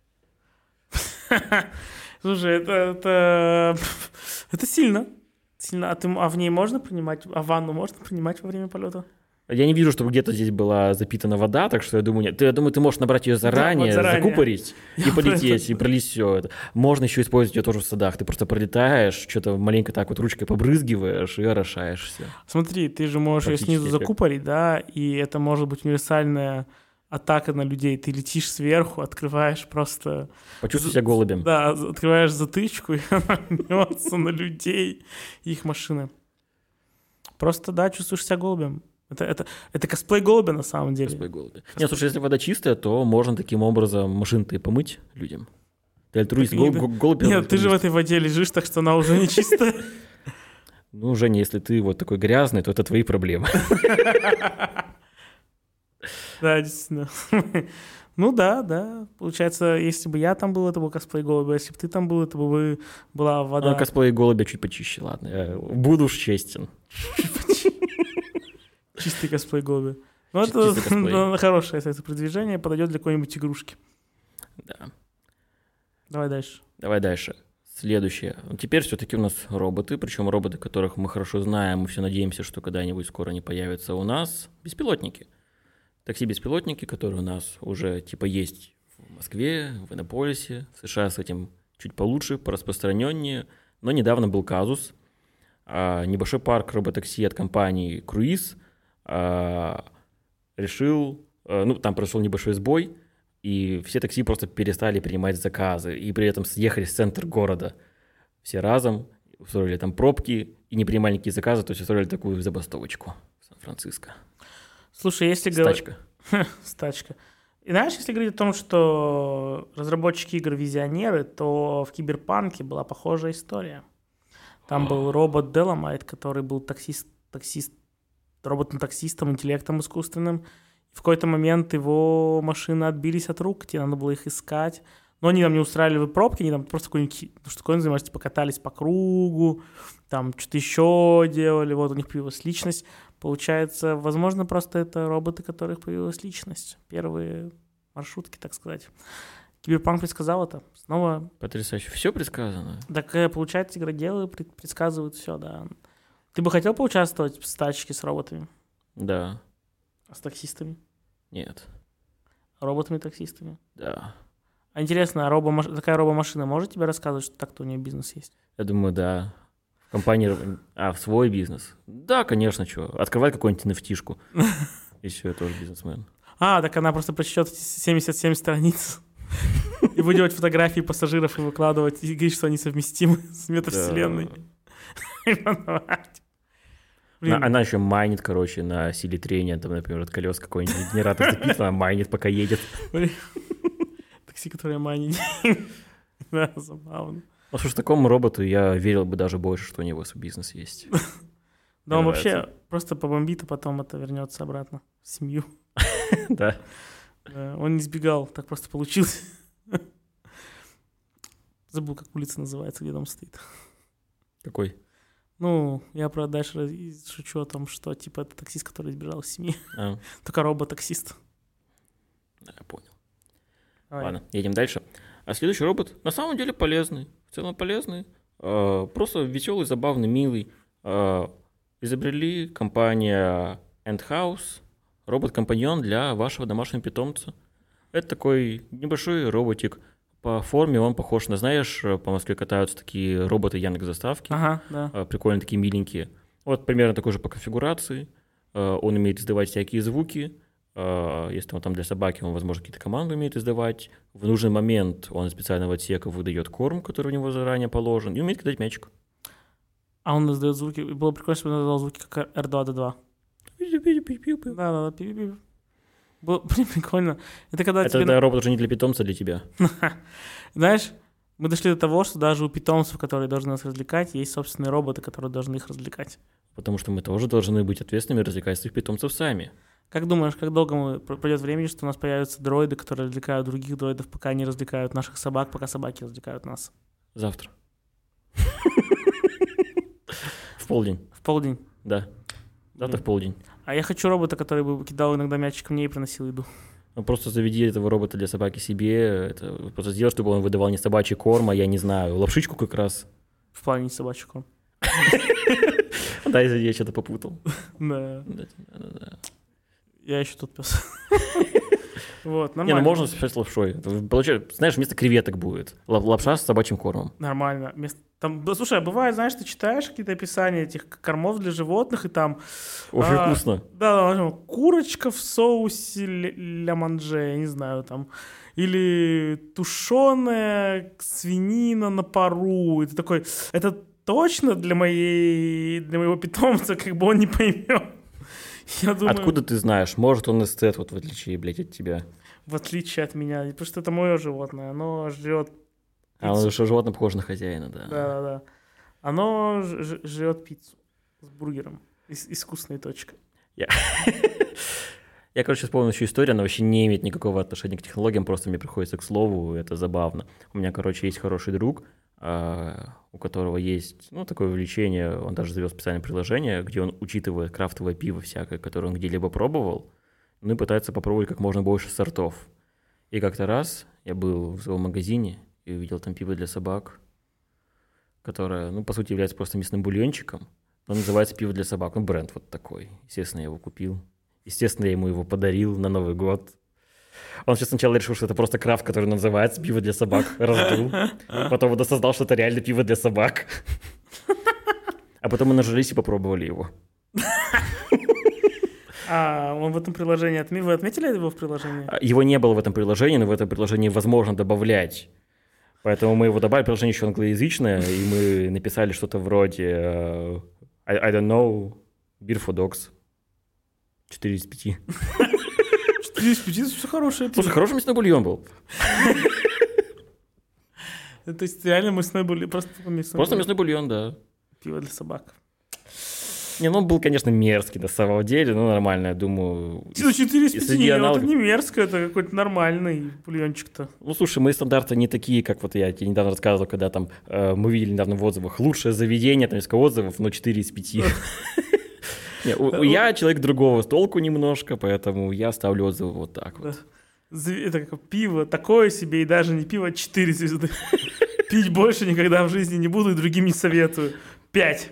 Speaker 2: Слушай, это сильно. Сильно. А в ней можно принимать, ванну можно принимать во время полета?
Speaker 1: Я не вижу, чтобы где-то здесь была запитана вода, так что я думаю, нет. Я думаю, ты можешь набрать ее заранее, закупорить и полететь, и пролить все это. Можно еще использовать ее тоже в садах. Ты просто пролетаешь, что-то маленько так вот ручкой побрызгиваешь и орошаешься.
Speaker 2: Смотри, ты же можешь ее снизу закупорить, да, и это может быть универсальная атака на людей. Ты летишь сверху, открываешь просто...
Speaker 1: Почувствуй себя голубем.
Speaker 2: Да, открываешь затычку, и она льется на людей и их машины. Просто, да, чувствуешь себя голубем. Это косплей голубя на самом деле.
Speaker 1: Косплей голубя. Нет, слушай, если вода чистая, то можно таким образом машины-то и помыть людям. Ты альтруист, голубь...
Speaker 2: Нет, ты же в этой воде лежишь, так что она уже не чистая.
Speaker 1: Ну, Женя, если ты вот такой грязный, то это твои проблемы.
Speaker 2: Да, действительно. Ну да. Получается, если бы я там был, это был косплей голубя. Если бы ты там был, это бы была вода.
Speaker 1: Ну, косплей голубя чуть почище, ладно. Я буду уж честен.
Speaker 2: Чистый косплей голубя. Ну, это хорошее продвижение, подойдет для какой-нибудь игрушки.
Speaker 1: Да.
Speaker 2: Давай
Speaker 1: дальше. Следующее. Теперь все-таки у нас роботы, причем роботы, которых мы хорошо знаем, мы все надеемся, что когда-нибудь скоро они появятся у нас. Беспилотники. Такси-беспилотники, которые у нас уже типа есть в Москве, в Иннополисе, в США с этим чуть получше, пораспространеннее. Но недавно был казус. Небольшой парк роботакси от компании Cruise решил, там произошел небольшой сбой, и все такси просто перестали принимать заказы, и при этом съехали в центр города. Все разом устроили там пробки и не принимали никакие заказы, то есть устроили такую забастовочку в Сан-Франциско.
Speaker 2: Слушай, если говорить... Стачка. И знаешь, если говорить о том, что разработчики игр визионеры, то в Киберпанке была похожая история. Там был робот Delamite, который был роботом-таксистом, интеллектом искусственным. И в какой-то момент его машины отбились от рук, тебе надо было их искать. Но они там не устраивали пробки, они там просто какой-нибудь штукой занимались, типа катались по кругу, там что-то еще делали, вот у них появилась личность. Получается, возможно, просто это роботы, у которых появилась личность. Первые маршрутки, так сказать. Киберпанк предсказал это. Снова...
Speaker 1: Потрясающе. Все предсказано.
Speaker 2: Так, получается, игроделы предсказывают все, да. Ты бы хотел поучаствовать в стачке с роботами?
Speaker 1: Да.
Speaker 2: А с таксистами?
Speaker 1: Нет.
Speaker 2: Роботами-таксистами?
Speaker 1: Да.
Speaker 2: А интересно, такая робомашина может тебе рассказывать, что так-то у нее бизнес есть?
Speaker 1: Я думаю, да. Компания... в свой бизнес? Да, конечно, что. Открывай какую-нибудь NFT-шку. И все, я тоже бизнесмен.
Speaker 2: Так она просто прочтет 77 страниц и будет делать фотографии пассажиров и выкладывать, и говорить, что они совместимы с метавселенной.
Speaker 1: Она еще майнит, на силе трения, там, например, от колес какой-нибудь генератор запитан, она майнит, пока едет.
Speaker 2: Такси, которое майнит. Да, забавно.
Speaker 1: Ну, слушай, такому роботу я верил бы даже больше, что у него свой бизнес есть.
Speaker 2: Да, он
Speaker 1: Мне
Speaker 2: вообще
Speaker 1: нравится.
Speaker 2: просто побомбит, а потом это вернется обратно в семью.
Speaker 1: Да.
Speaker 2: Да, он не сбегал, так просто получилось. Забыл, как улица называется, где дом стоит.
Speaker 1: Какой?
Speaker 2: Ну, я про дальше шучу о том, что типа это таксист, который сбежал из семьи.
Speaker 1: А,
Speaker 2: Только робот-таксист.
Speaker 1: да, я понял.
Speaker 2: Давай.
Speaker 1: Ладно, едем дальше. А следующий робот на самом деле полезный. В целом полезный. Просто веселый, забавный, милый. Изобрели компания Endhouse робот-компаньон для вашего домашнего питомца. Это такой небольшой роботик. По форме он похож на, знаешь, по Москве катаются такие роботы Яндекс.Доставки.
Speaker 2: Ага, да.
Speaker 1: Прикольно, такие миленькие. Вот примерно такой же по конфигурации. Он умеет издавать всякие звуки. Если он там для собаки, он, возможно, какие-то команды умеет издавать. В нужный момент он из специального отсека выдает корм, который у него заранее положен, и умеет кидать мячик.
Speaker 2: А он издает звуки. Было прикольно, что он издавал звуки, как R2-D2. Да-да-да, пи-пи-пи. Было, блин, прикольно. Это когда
Speaker 1: Это
Speaker 2: тебе...
Speaker 1: робот уже не для питомца, а для тебя.
Speaker 2: Знаешь, мы дошли до того, что даже у питомцев, которые должны нас развлекать, есть собственные роботы, которые должны их развлекать.
Speaker 1: Потому что мы тоже должны быть ответственными и развлекать своих питомцев сами.
Speaker 2: Как думаешь, как долго пройдет времени, что у нас появятся дроиды, которые развлекают других дроидов, пока они развлекают наших собак, пока собаки развлекают нас?
Speaker 1: Завтра. В полдень.
Speaker 2: В полдень.
Speaker 1: Да. Завтра в полдень.
Speaker 2: А я хочу робота, который бы кидал иногда мячик мне и приносил еду.
Speaker 1: Ну, просто заведи этого робота для собаки себе. Это просто сделай, чтобы он выдавал не собачий корм, а я не знаю, лапшичку как раз.
Speaker 2: В плане собачий корм.
Speaker 1: Да, извини, я что-то попутал.
Speaker 2: Да.
Speaker 1: Да.
Speaker 2: Я еще тут пес. Вот,
Speaker 1: Не,
Speaker 2: нормально.
Speaker 1: ну можно смешать с лапшой. Получается, знаешь, вместо креветок будет лапша с собачьим кормом.
Speaker 2: Нормально. Там, да, слушай, а бывает, знаешь, ты читаешь какие-то описания этих кормов для животных, и там...
Speaker 1: Очень вкусно.
Speaker 2: Да, курочка в соусе ля-манже, я не знаю, там. Или тушеная свинина на пару. И ты такой, это точно для моего питомца, как бы он не поймет. Я думаю,
Speaker 1: Откуда ты знаешь? Может, он эстет, вот в отличие, блядь, от тебя.
Speaker 2: в отличие от меня, потому что это мое животное, оно жрет.
Speaker 1: А он что животное похоже на хозяина, да.
Speaker 2: Да. Оно жрет пиццу с бургером и с вкусной точкой.
Speaker 1: Я, короче, вспомнил еще историю, она вообще не имеет никакого отношения к технологиям, просто мне приходится к слову, это забавно. У меня, короче, есть хороший друг, у которого есть, ну, такое увлечение, он даже завел специальное приложение, где он учитывает крафтовое пиво всякое, которое он где-либо пробовал, ну и пытается попробовать как можно больше сортов. И как-то раз я был в своем магазине и увидел там пиво для собак, которое, ну, по сути, является просто мясным бульончиком, но называется пиво для собак, ну, бренд вот такой. Естественно, я его купил. Естественно, я ему его подарил на Новый год. Он сейчас сначала решил, что это просто крафт, который называется пиво для собак, раздул. Потом он осознал, что это реально пиво для собак. А потом мы нажались и попробовали его.
Speaker 2: А он в этом приложении Вы отметили его в приложении?
Speaker 1: Его не было в этом приложении, но в этом приложении возможно добавлять. Поэтому мы его добавили, приложение еще англоязычное, и мы написали что-то вроде I don't know, beer for dogs. 4 из 5.
Speaker 2: 4 из 5, это все хорошее пиво.
Speaker 1: Слушай, хороший мясной бульон был.
Speaker 2: То есть реально мясной бульон, просто
Speaker 1: Мясной бульон, да.
Speaker 2: Пиво для собак.
Speaker 1: Не, ну он был, конечно, мерзкий на самом деле, но нормально, я думаю.
Speaker 2: 4 из 5,
Speaker 1: среди аналогов-
Speaker 2: это не мерзко, это какой-то нормальный бульончик-то.
Speaker 1: Ну, слушай, мои стандарты не такие, как вот я тебе недавно рассказывал, когда там мы видели недавно в отзывах лучшее заведение, там несколько отзывов, но 4 из 5. Я человек другого толку немножко, поэтому я ставлю отзывы вот так вот.
Speaker 2: Это как пиво такое себе, и даже не пиво, 4 звезды. Пить больше никогда в жизни не буду и другим не советую. 5.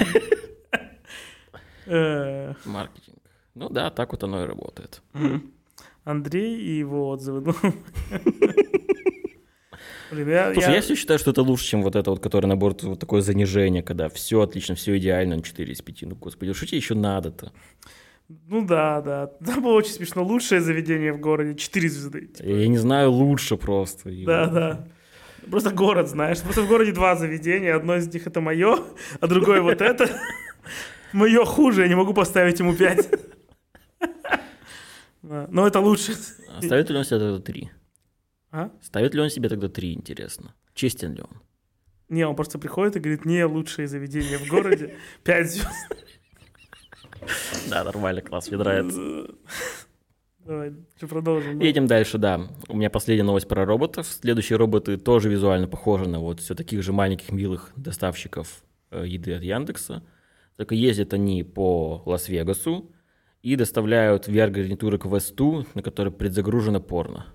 Speaker 1: Маркетинг. Ну да, так вот оно и работает.
Speaker 2: Андрей и его отзывы. Блин,
Speaker 1: Слушай, я все считаю, что это лучше, чем вот это вот, которое набор вот такое занижение, когда все отлично, все идеально, 4 из 5. Ну, господи, что тебе еще надо-то?
Speaker 2: Ну да. Там было очень смешно. Лучшее заведение в городе, 4 звезды.
Speaker 1: Я не знаю, лучше просто.
Speaker 2: Да. Просто город, знаешь. Просто в городе 2 заведения. Одно из них это мое, а другое вот это. Мое хуже, я не могу поставить ему 5. Но это лучше.
Speaker 1: Ставит ли он себе тогда 3?
Speaker 2: А?
Speaker 1: Ставит ли он себе тогда 3, интересно? Честен ли он?
Speaker 2: Не, он просто приходит и говорит, не, лучшее заведение в городе, 5 звезд.
Speaker 1: Да, нормально, класс, мне нравится.
Speaker 2: Давай, что продолжим.
Speaker 1: Едем дальше, да. У меня последняя новость про роботов. Следующие роботы тоже визуально похожи на вот все таких же маленьких милых доставщиков еды от Яндекса. Только ездят они по Лас-Вегасу и доставляют VR-гарнитуры к Quest 2, на которой предзагружено порно.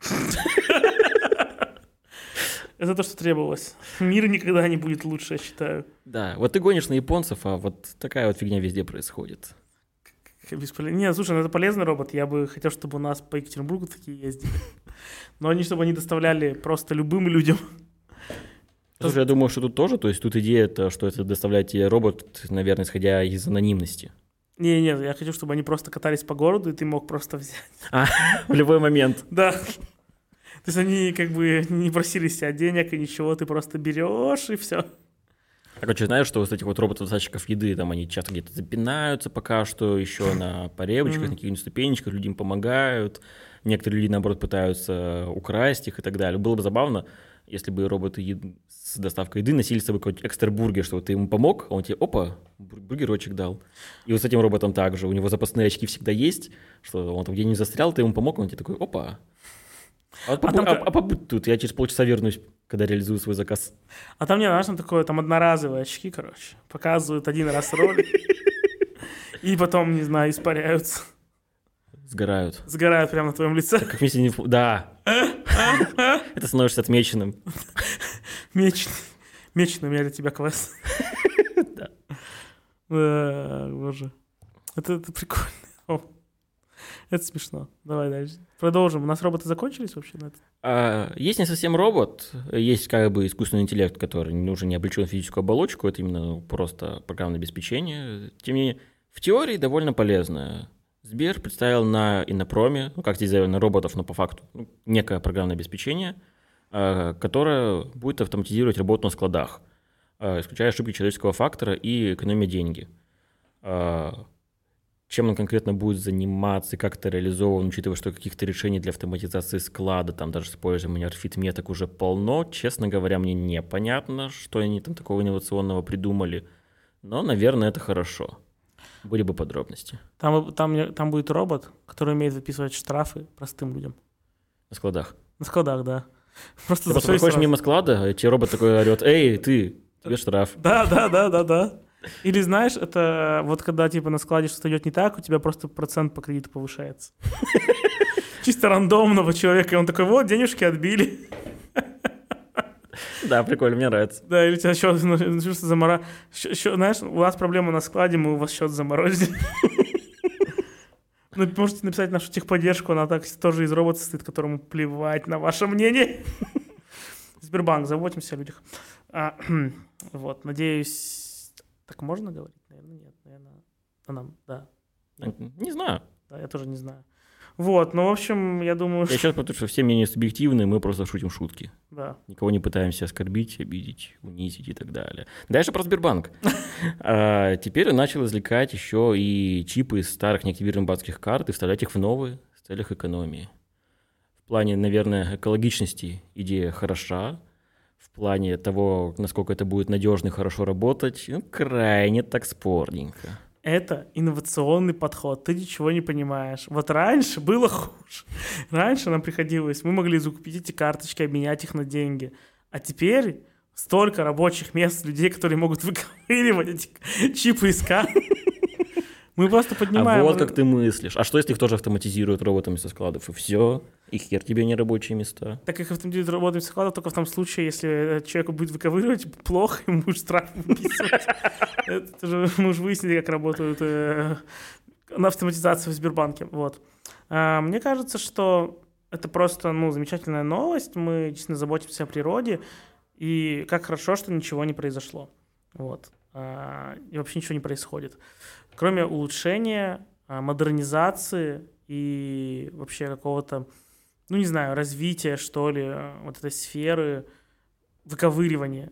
Speaker 2: Это то, что требовалось. Мир никогда не будет лучше, я считаю.
Speaker 1: Да, вот ты гонишь на японцев, а вот такая вот фигня везде происходит.
Speaker 2: Не, слушай, ну это полезный робот. Я бы хотел, чтобы у нас по Екатеринбургу такие ездили. Но они, чтобы они доставляли просто любым людям.
Speaker 1: Слушай, я думаю, что тут тоже, то есть тут идея-то, что это доставляет тебе робот, наверное, исходя из анонимности.
Speaker 2: Не, я хочу, чтобы они просто катались по городу, и ты мог просто взять.
Speaker 1: В любой момент.
Speaker 2: Да. То есть они как бы не просили себя денег и ничего, ты просто берешь и все.
Speaker 1: А короче, знаешь, что вот этих вот роботов-доставщиков еды, там они часто где-то запинаются пока что, еще на поребочках, на каких-нибудь ступенечках, людям помогают. Некоторые люди, наоборот, пытаются украсть их и так далее. Было бы забавно, если бы роботы с доставкой еды носили с собой какой-нибудь экстра-бургер, что ты ему помог, а он тебе, опа, бургерочек дал. И вот с этим роботом также. У него запасные очки всегда есть, что он там где-нибудь застрял, ты ему помог, он тебе такой, опа. Побудь тут, я через полчаса вернусь, когда реализую свой заказ.
Speaker 2: А там, знаешь, там такое, там одноразовые очки, короче. Показывают один раз ролик. И потом, не знаю, испаряются.
Speaker 1: Сгорают.
Speaker 2: Сгорают прямо на твоем лице.
Speaker 1: Как вместе не... Да. Это становишься отмеченным.
Speaker 2: Меченый, у меня для тебя квест.
Speaker 1: Да.
Speaker 2: Боже. Это прикольно. Это смешно. Давай дальше. Продолжим. У нас роботы закончились вообще на это?
Speaker 1: Есть не совсем робот, есть как бы искусственный интеллект, который уже не облечен в физическую оболочку, это именно просто программное обеспечение. Тем не менее, в теории довольно полезное. Сбер представил на Иннопроме, как здесь заявлено, роботов, но по факту некое программное обеспечение, которое будет автоматизировать работу на складах, исключая ошибки человеческого фактора и экономия деньги. Чем он конкретно будет заниматься и как это реализован, учитывая, что каких-то решений для автоматизации склада, там даже использование RFID-меток уже полно. Честно говоря, мне непонятно, что они там такого инновационного придумали. Но, наверное, это хорошо. Были бы подробности.
Speaker 2: Там будет робот, который умеет выписывать штрафы простым людям.
Speaker 1: На складах?
Speaker 2: На складах, да.
Speaker 1: Просто проходишь мимо склада, и тебе робот такой орет: «Эй, ты, тебе штраф».
Speaker 2: Да. Или знаешь, это вот когда типа на складе что-то идет не так, у тебя просто процент по кредиту повышается. Чисто рандомного человека, и он такой: вот, денежки отбили.
Speaker 1: Да, прикольно, мне нравится.
Speaker 2: Да, или тебя счет заморозили. Знаешь, у вас проблема на складе, мы у вас счет заморозили. Ну, можете написать нашу техподдержку, она так тоже из робота состоит, которому плевать на ваше мнение. Сбербанк, заботимся о людях. Вот, надеюсь... Так можно говорить? Наверное, нет. Наверное, да.
Speaker 1: Не знаю.
Speaker 2: Да, я тоже не знаю. Вот, ну, в общем, я думаю...
Speaker 1: Я сейчас потому что все мнения субъективные, мы просто шутим шутки.
Speaker 2: Да.
Speaker 1: Никого не пытаемся оскорбить, обидеть, унизить и так далее. Дальше про Сбербанк. Теперь он начал извлекать еще и чипы из старых неактивированных банковских карт и вставлять их в новые с целях экономии. В плане, наверное, экологичности идея хороша. В плане того, насколько это будет надежно и хорошо работать, крайне так спорненько.
Speaker 2: Это инновационный подход, ты ничего не понимаешь. Вот раньше было хуже. Раньше нам приходилось, мы могли закупить эти карточки, обменять их на деньги. А теперь столько рабочих мест, людей, которые могут выковыривать эти чипы из карт. Мы просто поднимаем...
Speaker 1: А вот как ты мыслишь. А что, если их тоже автоматизируют роботами со складов? И все? И хер тебе не рабочие места.
Speaker 2: Так их автоматизируют роботами со складов только в том случае, если человеку будет выковыривать плохо, ему будет штраф выписывать. Это же мы уже выяснили, как работают автоматизация в Сбербанке. Вот. Мне кажется, что это просто замечательная новость. Мы действительно заботимся о природе. И как хорошо, что ничего не произошло. Вот. И вообще ничего не происходит. Кроме улучшения, модернизации и вообще какого-то, не знаю, развития, что ли, вот этой сферы выковыривания.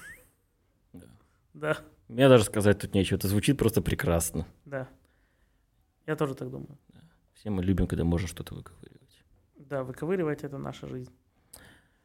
Speaker 2: Да.
Speaker 1: Мне даже сказать тут нечего. Это звучит просто прекрасно.
Speaker 2: Да. Я тоже так думаю.
Speaker 1: Все мы любим, когда можно что-то выковыривать.
Speaker 2: Да, выковыривать — это наша жизнь.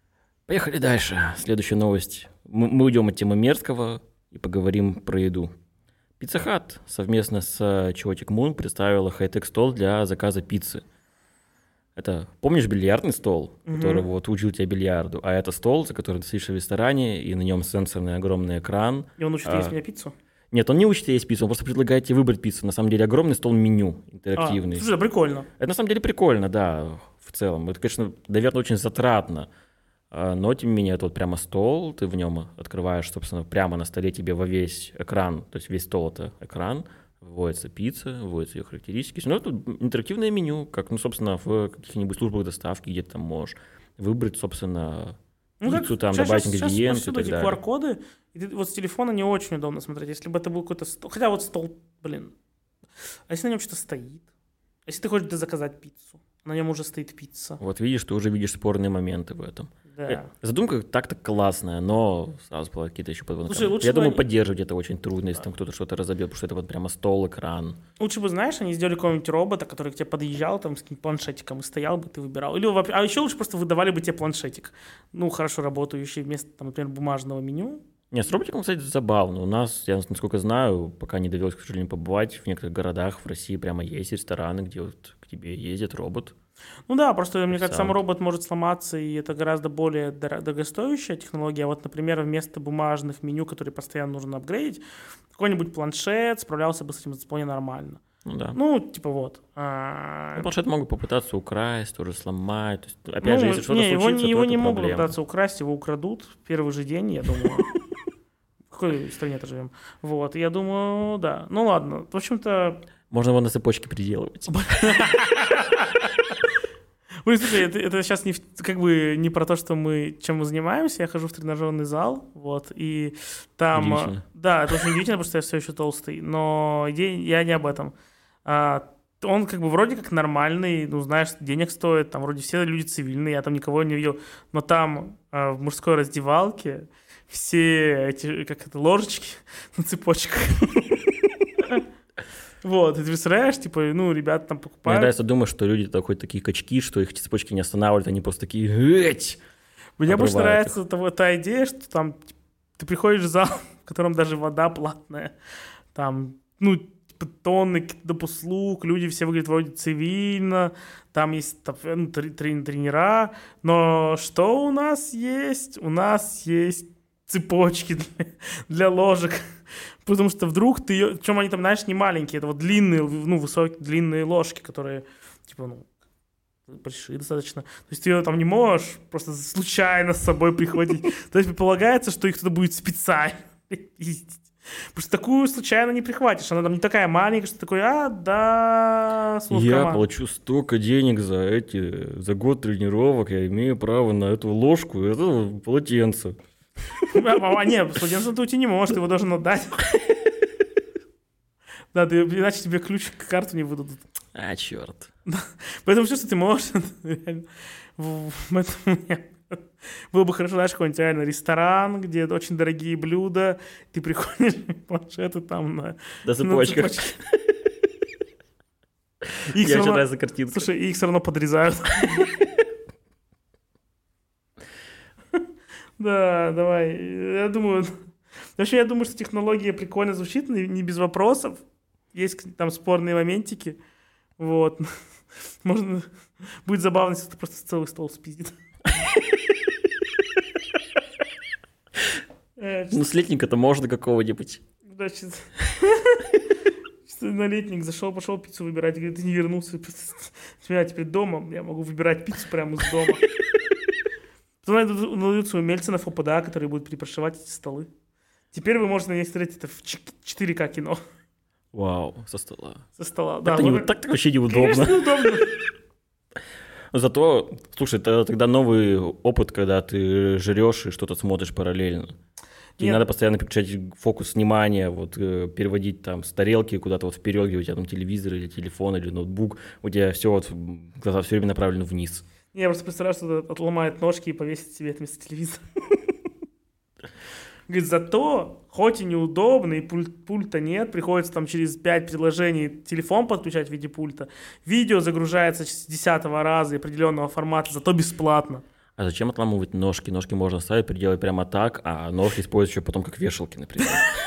Speaker 1: Поехали дальше. Следующая новость. Мы уйдем от темы мерзкого и поговорим про еду. Pizza Hut совместно с Chaotic Moon представила хай-тек стол для заказа пиццы. Это, помнишь, бильярдный стол, который вот учил тебя бильярду, а это стол, за которым ты сидишь в ресторане, и на нем сенсорный огромный экран.
Speaker 2: И он учит есть меня пиццу?
Speaker 1: Нет, он не учит тебя есть пиццу, он просто предлагает тебе выбрать пиццу. На самом деле огромный стол меню интерактивный.
Speaker 2: Слушай, прикольно.
Speaker 1: Это на самом деле прикольно, да, в целом. Это, конечно, наверное, очень затратно. Но, тем не менее, это вот прямо стол, ты в нем открываешь, собственно, прямо на столе тебе во весь экран, то есть весь стол — это экран, вводится пицца, вводятся ее характеристики. Ну, это интерактивное меню, как, ну, собственно, в каких-нибудь службах доставки, где ты там можешь выбрать, собственно, пиццу, там, добавить ингредиенты и так далее.
Speaker 2: Эти QR-коды, и ты, вот с телефона не очень удобно смотреть. Если бы это был какой-то стол, хотя вот стол, блин, а если на нем что-то стоит? А если ты хочешь заказать пиццу, на нем уже стоит пицца.
Speaker 1: Вот видишь, ты уже видишь спорные моменты в этом.
Speaker 2: Да.
Speaker 1: Задумка так-то классная, но сразу было какие-то еще подводные.
Speaker 2: Слушай,
Speaker 1: я думаю, поддерживать это очень трудно, если там кто-то что-то разобьет, потому что это вот прямо стол, экран.
Speaker 2: Лучше бы, знаешь, они сделали какого-нибудь робота, который к тебе подъезжал там с каким-то планшетиком и стоял бы, ты выбирал. Или, а еще лучше просто выдавали бы тебе планшетик. Ну, хорошо работающий вместо, там, например, бумажного меню.
Speaker 1: Не, с роботиком, кстати, забавно. У нас, я насколько знаю, пока не довелось, к сожалению, побывать, в некоторых городах в России прямо есть рестораны, где вот к тебе ездит робот.
Speaker 2: Ну да, просто, мне кажется, сам робот может сломаться, и это гораздо более дорогостоящая технология. Вот, например, вместо бумажных меню, которые постоянно нужно апгрейдить, какой-нибудь планшет справлялся бы с этим вполне нормально.
Speaker 1: Ну да.
Speaker 2: Ну, типа вот.
Speaker 1: Планшет могут попытаться украсть, тоже сломать. То есть, опять же, если что-то случится,
Speaker 2: его
Speaker 1: то
Speaker 2: не
Speaker 1: это
Speaker 2: могут
Speaker 1: проблема.
Speaker 2: попытаться украсть, его украдут в первый же день, я думаю. В какой стране-то живем? Вот, я думаю, да. Ну ладно, в общем-то...
Speaker 1: Можно его на цепочке приделывать.
Speaker 2: Блин, слушай, это сейчас не про то, что чем мы занимаемся. Я хожу в тренажерный зал, вот, и там...
Speaker 1: Удивительно.
Speaker 2: Да, это очень удивительно, потому что я все еще толстый, но я не об этом. Он как бы вроде как нормальный, ну, знаешь, денег стоит, там вроде все люди цивильные, я там никого не видел, но там в мужской раздевалке все эти, как это, ложечки на цепочках. Вот, и ты представляешь, типа, ну, ребята там покупают.
Speaker 1: Мне нравится думать, что люди такие качки, что их цепочки не останавливают, они просто такие...
Speaker 2: Мне больше нравится та идея, что там ты приходишь в зал, в котором даже вода платная, там, ну, типа, тонны услуг, люди все выглядят вроде цивильно, там есть тренера, но что у нас есть? У нас есть цепочки для ложек. Потому что вдруг ты ее... Причем они там, знаешь, не маленькие. Это вот длинные, ну, высокие, длинные ложки, которые, типа, ну, большие достаточно. То есть ты ее там не можешь просто случайно с собой прихватить. То есть предполагается, что их кто-то будет специально ездить. Потому что такую случайно не прихватишь. Она там не такая маленькая, что такой, да...
Speaker 1: Я получу столько денег за год тренировок, я имею право на эту ложку и это полотенце.
Speaker 2: Нет, студентам ты уйти не можешь, ты его должен отдать. Да, иначе тебе ключ к карту не выдадут.
Speaker 1: А, черт.
Speaker 2: Поэтому все, что ты можешь, было бы хорошо, знаешь, какой-нибудь реально ресторан, где очень дорогие блюда, ты приходишь, планшеты там на
Speaker 1: цепочках. Я очень нравится картинка.
Speaker 2: Слушай, их все равно подрезают. Да, давай. Я думаю, что технология прикольно звучит, не без вопросов. Есть там спорные моментики. Вот. Можно... Будет забавно, если кто-то просто целый стол спиздит.
Speaker 1: Ну, с летника-то можно какого-нибудь.
Speaker 2: Значит, на летник зашел, пошел пиццу выбирать. Говорит, ты не вернулся. Я теперь дома. Я могу выбирать пиццу прямо из дома. Потом найдутся умельцы на ФОПДА, которые будут перепрошивать эти столы. Теперь вы можете на них смотреть это в 4К кино.
Speaker 1: Вау, со стола.
Speaker 2: Со стола,
Speaker 1: да. Так вообще неудобно.
Speaker 2: Конечно, неудобно.
Speaker 1: Зато, слушай, это тогда новый опыт, когда ты жрешь и что-то смотришь параллельно. Тебе надо постоянно переключать фокус внимания, вот переводить там с тарелки куда-то вот вперед, где у тебя там телевизор или телефон или ноутбук, у тебя все вот глаза все время направлены вниз.
Speaker 2: Я просто представляю, что отломает ножки и повесит себе это вместо телевизора. Говорит, зато, хоть и неудобно, и пульта нет, приходится там через 5 приложений телефон подключать в виде пульта, видео загружается с 10-го раза определенного формата, зато бесплатно.
Speaker 1: А зачем отламывать ножки? Ножки можно ставить, приделать прямо так, а ножки использовать еще потом как вешалки, например.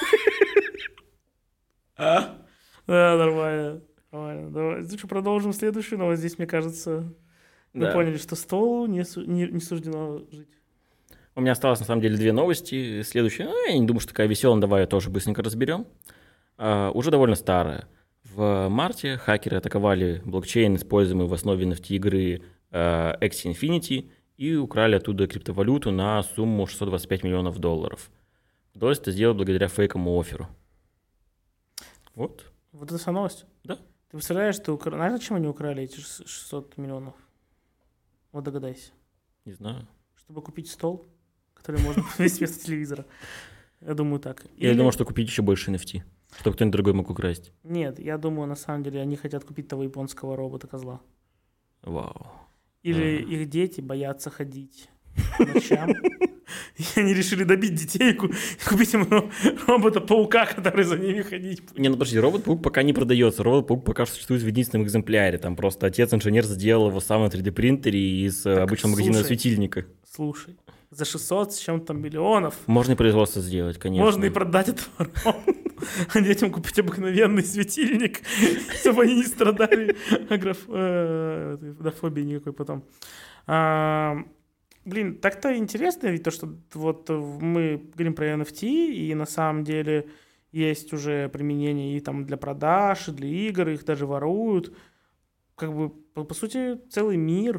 Speaker 2: Да, нормально. Давай. Ну что, продолжим следующую новость. Здесь, мне кажется, мы поняли, что столу не суждено жить.
Speaker 1: У меня осталось, на самом деле, 2 новости. Следующая, я не думаю, что такая веселая, давай ее тоже быстренько разберем. Уже довольно старая. В марте хакеры атаковали блокчейн, используемый в основе NFT-игры Axie Infinity, и украли оттуда криптовалюту на сумму $625 миллионов. Удалось это сделать благодаря фейковому офферу. Вот.
Speaker 2: Вот это вся новость?
Speaker 1: Да.
Speaker 2: Ты представляешь, знаешь, зачем они украли эти 600 миллионов? Вот догадайся.
Speaker 1: Не знаю.
Speaker 2: Чтобы купить стол, который можно повесить вместо телевизора. Я думаю, так.
Speaker 1: Я думал, что купить еще больше NFT, чтобы кто-нибудь другой мог украсть.
Speaker 2: Нет, я думаю, на самом деле, они хотят купить того японского робота-козла.
Speaker 1: Вау.
Speaker 2: Или их дети боятся ходить по ночам. И они решили добить детей и купить им робота-паука, который за ними ходить будет.
Speaker 1: Не, ну подожди, робот-паук пока не продается. Робот-паук пока существует в единственном экземпляре. Там просто отец-инженер сделал его сам на 3D-принтере из обычного магазинного светильника.
Speaker 2: Слушай, за 600 с чем-то миллионов.
Speaker 1: Можно и производство сделать, конечно.
Speaker 2: Можно и продать этот робот. А детям купить обыкновенный светильник, чтобы они не страдали агорафобией никакой потом. Блин, так-то интересно, ведь то, что вот мы говорим про NFT, и на самом деле есть уже применение и там для продаж, и для игр, их даже воруют. Как бы, по сути, целый мир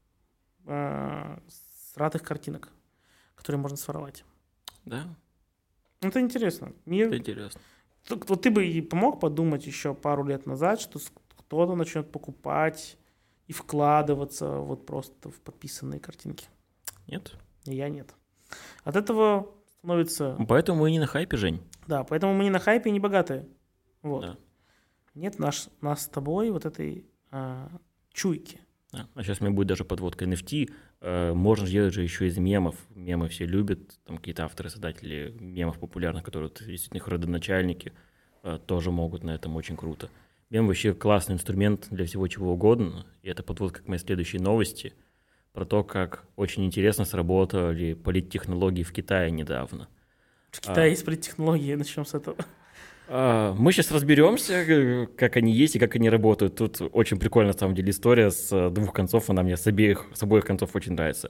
Speaker 2: сратых картинок, которые можно своровать.
Speaker 1: Да.
Speaker 2: Это интересно. Мир...
Speaker 1: Это интересно.
Speaker 2: Вот ты бы и помог подумать еще пару лет назад, что кто-то начнет покупать и вкладываться вот просто в подписанные картинки.
Speaker 1: Нет.
Speaker 2: И я нет. От этого становится...
Speaker 1: Поэтому мы не на хайпе, Жень.
Speaker 2: Да, поэтому мы не на хайпе и не богатые. Вот.
Speaker 1: Да.
Speaker 2: Нет нас с тобой вот этой чуйки.
Speaker 1: Да. А сейчас у меня будет даже подводка NFT. Можно сделать же еще из мемов. Мемы все любят. Там какие-то авторы, создатели мемов популярных, которые действительно их родоначальники, тоже могут на этом очень круто. Мем вообще классный инструмент для всего чего угодно. И это подводка к моей следующей новости про то, как очень интересно сработали политтехнологии в Китае недавно.
Speaker 2: В Китае есть политтехнологии, начнем с этого.
Speaker 1: Мы сейчас разберемся, как они есть и как они работают. Тут очень прикольная, на самом деле, история с 2 концов. Она мне с обоих концов очень нравится.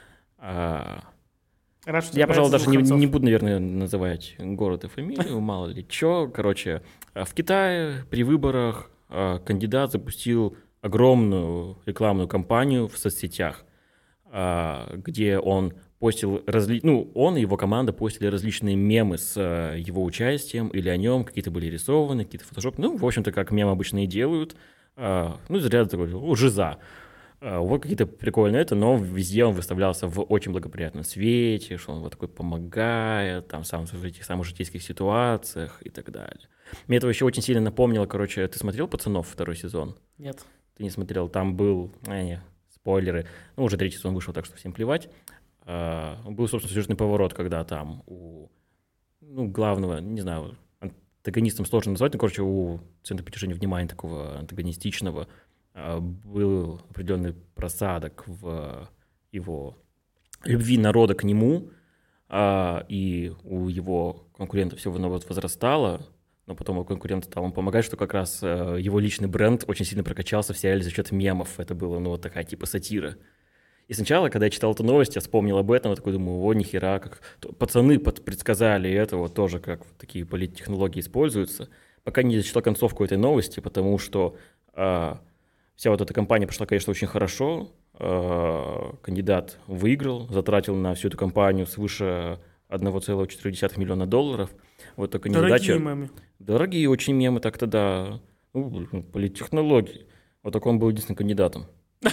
Speaker 1: Я, пожалуй, даже не буду, наверное, называть город и фамилию, мало ли что. Короче, в Китае при выборах кандидат запустил огромную рекламную кампанию в соцсетях, где он постил он и его команда постили различные мемы с его участием или о нем, какие-то были рисованы, какие-то фотошопы. В общем-то, как мемы обычно и делают. Из ряда такой, жиза. Вот какие-то прикольные но везде он выставлялся в очень благоприятном свете, что он вот такой помогает, там, в этих самых житейских ситуациях и так далее. Мне это еще очень сильно напомнило, ты смотрел «Пацанов» 2-й сезон?
Speaker 2: Нет.
Speaker 1: Ты не смотрел, там был, спойлеры, уже 3-й сезон вышел, так что всем плевать. Был, собственно, сюжетный поворот, когда там у главного, не знаю, антагонистом сложно назвать, у центра притяжения внимания такого антагонистичного был определенный просадок в его любви народа к нему, и у его конкурента все возрастало, но потом его конкурент стал ему помогать, что как раз его личный бренд очень сильно прокачался в сериале за счет мемов. Это было, такая типа сатира. И сначала, когда я читал эту новость, я вспомнил об этом, такой думаю, нихера, как пацаны предсказали это, тоже как такие политтехнологии используются. Пока не зачитал концовку этой новости, потому что вся вот эта кампания прошла, конечно, очень хорошо. Кандидат выиграл, затратил на всю эту кампанию свыше $1,4 миллиона. Вот только
Speaker 2: дорогие мемы.
Speaker 1: Дорогие очень мемы, так-то да. Политтехнологии. Вот только он был единственным кандидатом.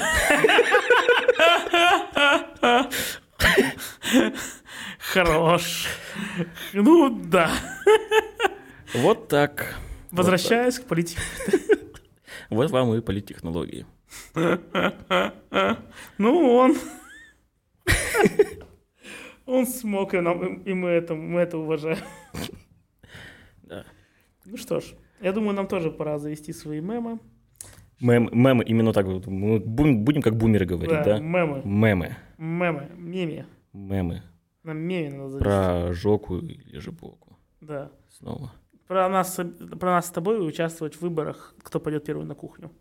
Speaker 2: Хорош. Да.
Speaker 1: Вот так.
Speaker 2: Возвращаясь к политике.
Speaker 1: Вот вам и политтехнологии.
Speaker 2: Он смог, и мы это уважаем.
Speaker 1: Да.
Speaker 2: Ну что ж, я думаю, нам тоже пора завести свои мемы.
Speaker 1: Мемы, именно так. Мы будем как бумеры говорить, да?
Speaker 2: Мемы.
Speaker 1: Мемы.
Speaker 2: Мемы. Нам меме надо завести.
Speaker 1: Про Жоку или Жебоку.
Speaker 2: Да.
Speaker 1: Снова.
Speaker 2: Про нас с тобой участвовать в выборах, кто пойдет первый на кухню.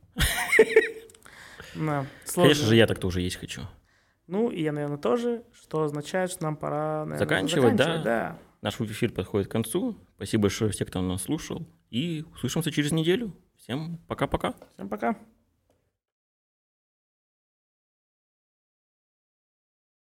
Speaker 1: Конечно же, я так тоже есть хочу.
Speaker 2: Ну, и я, наверное, тоже, что означает, что нам пора, наверное,
Speaker 1: заканчивать, да. Наш эфир подходит к концу. Спасибо большое всем, кто нас слушал. И услышимся через неделю. Всем пока-пока.
Speaker 2: Всем пока.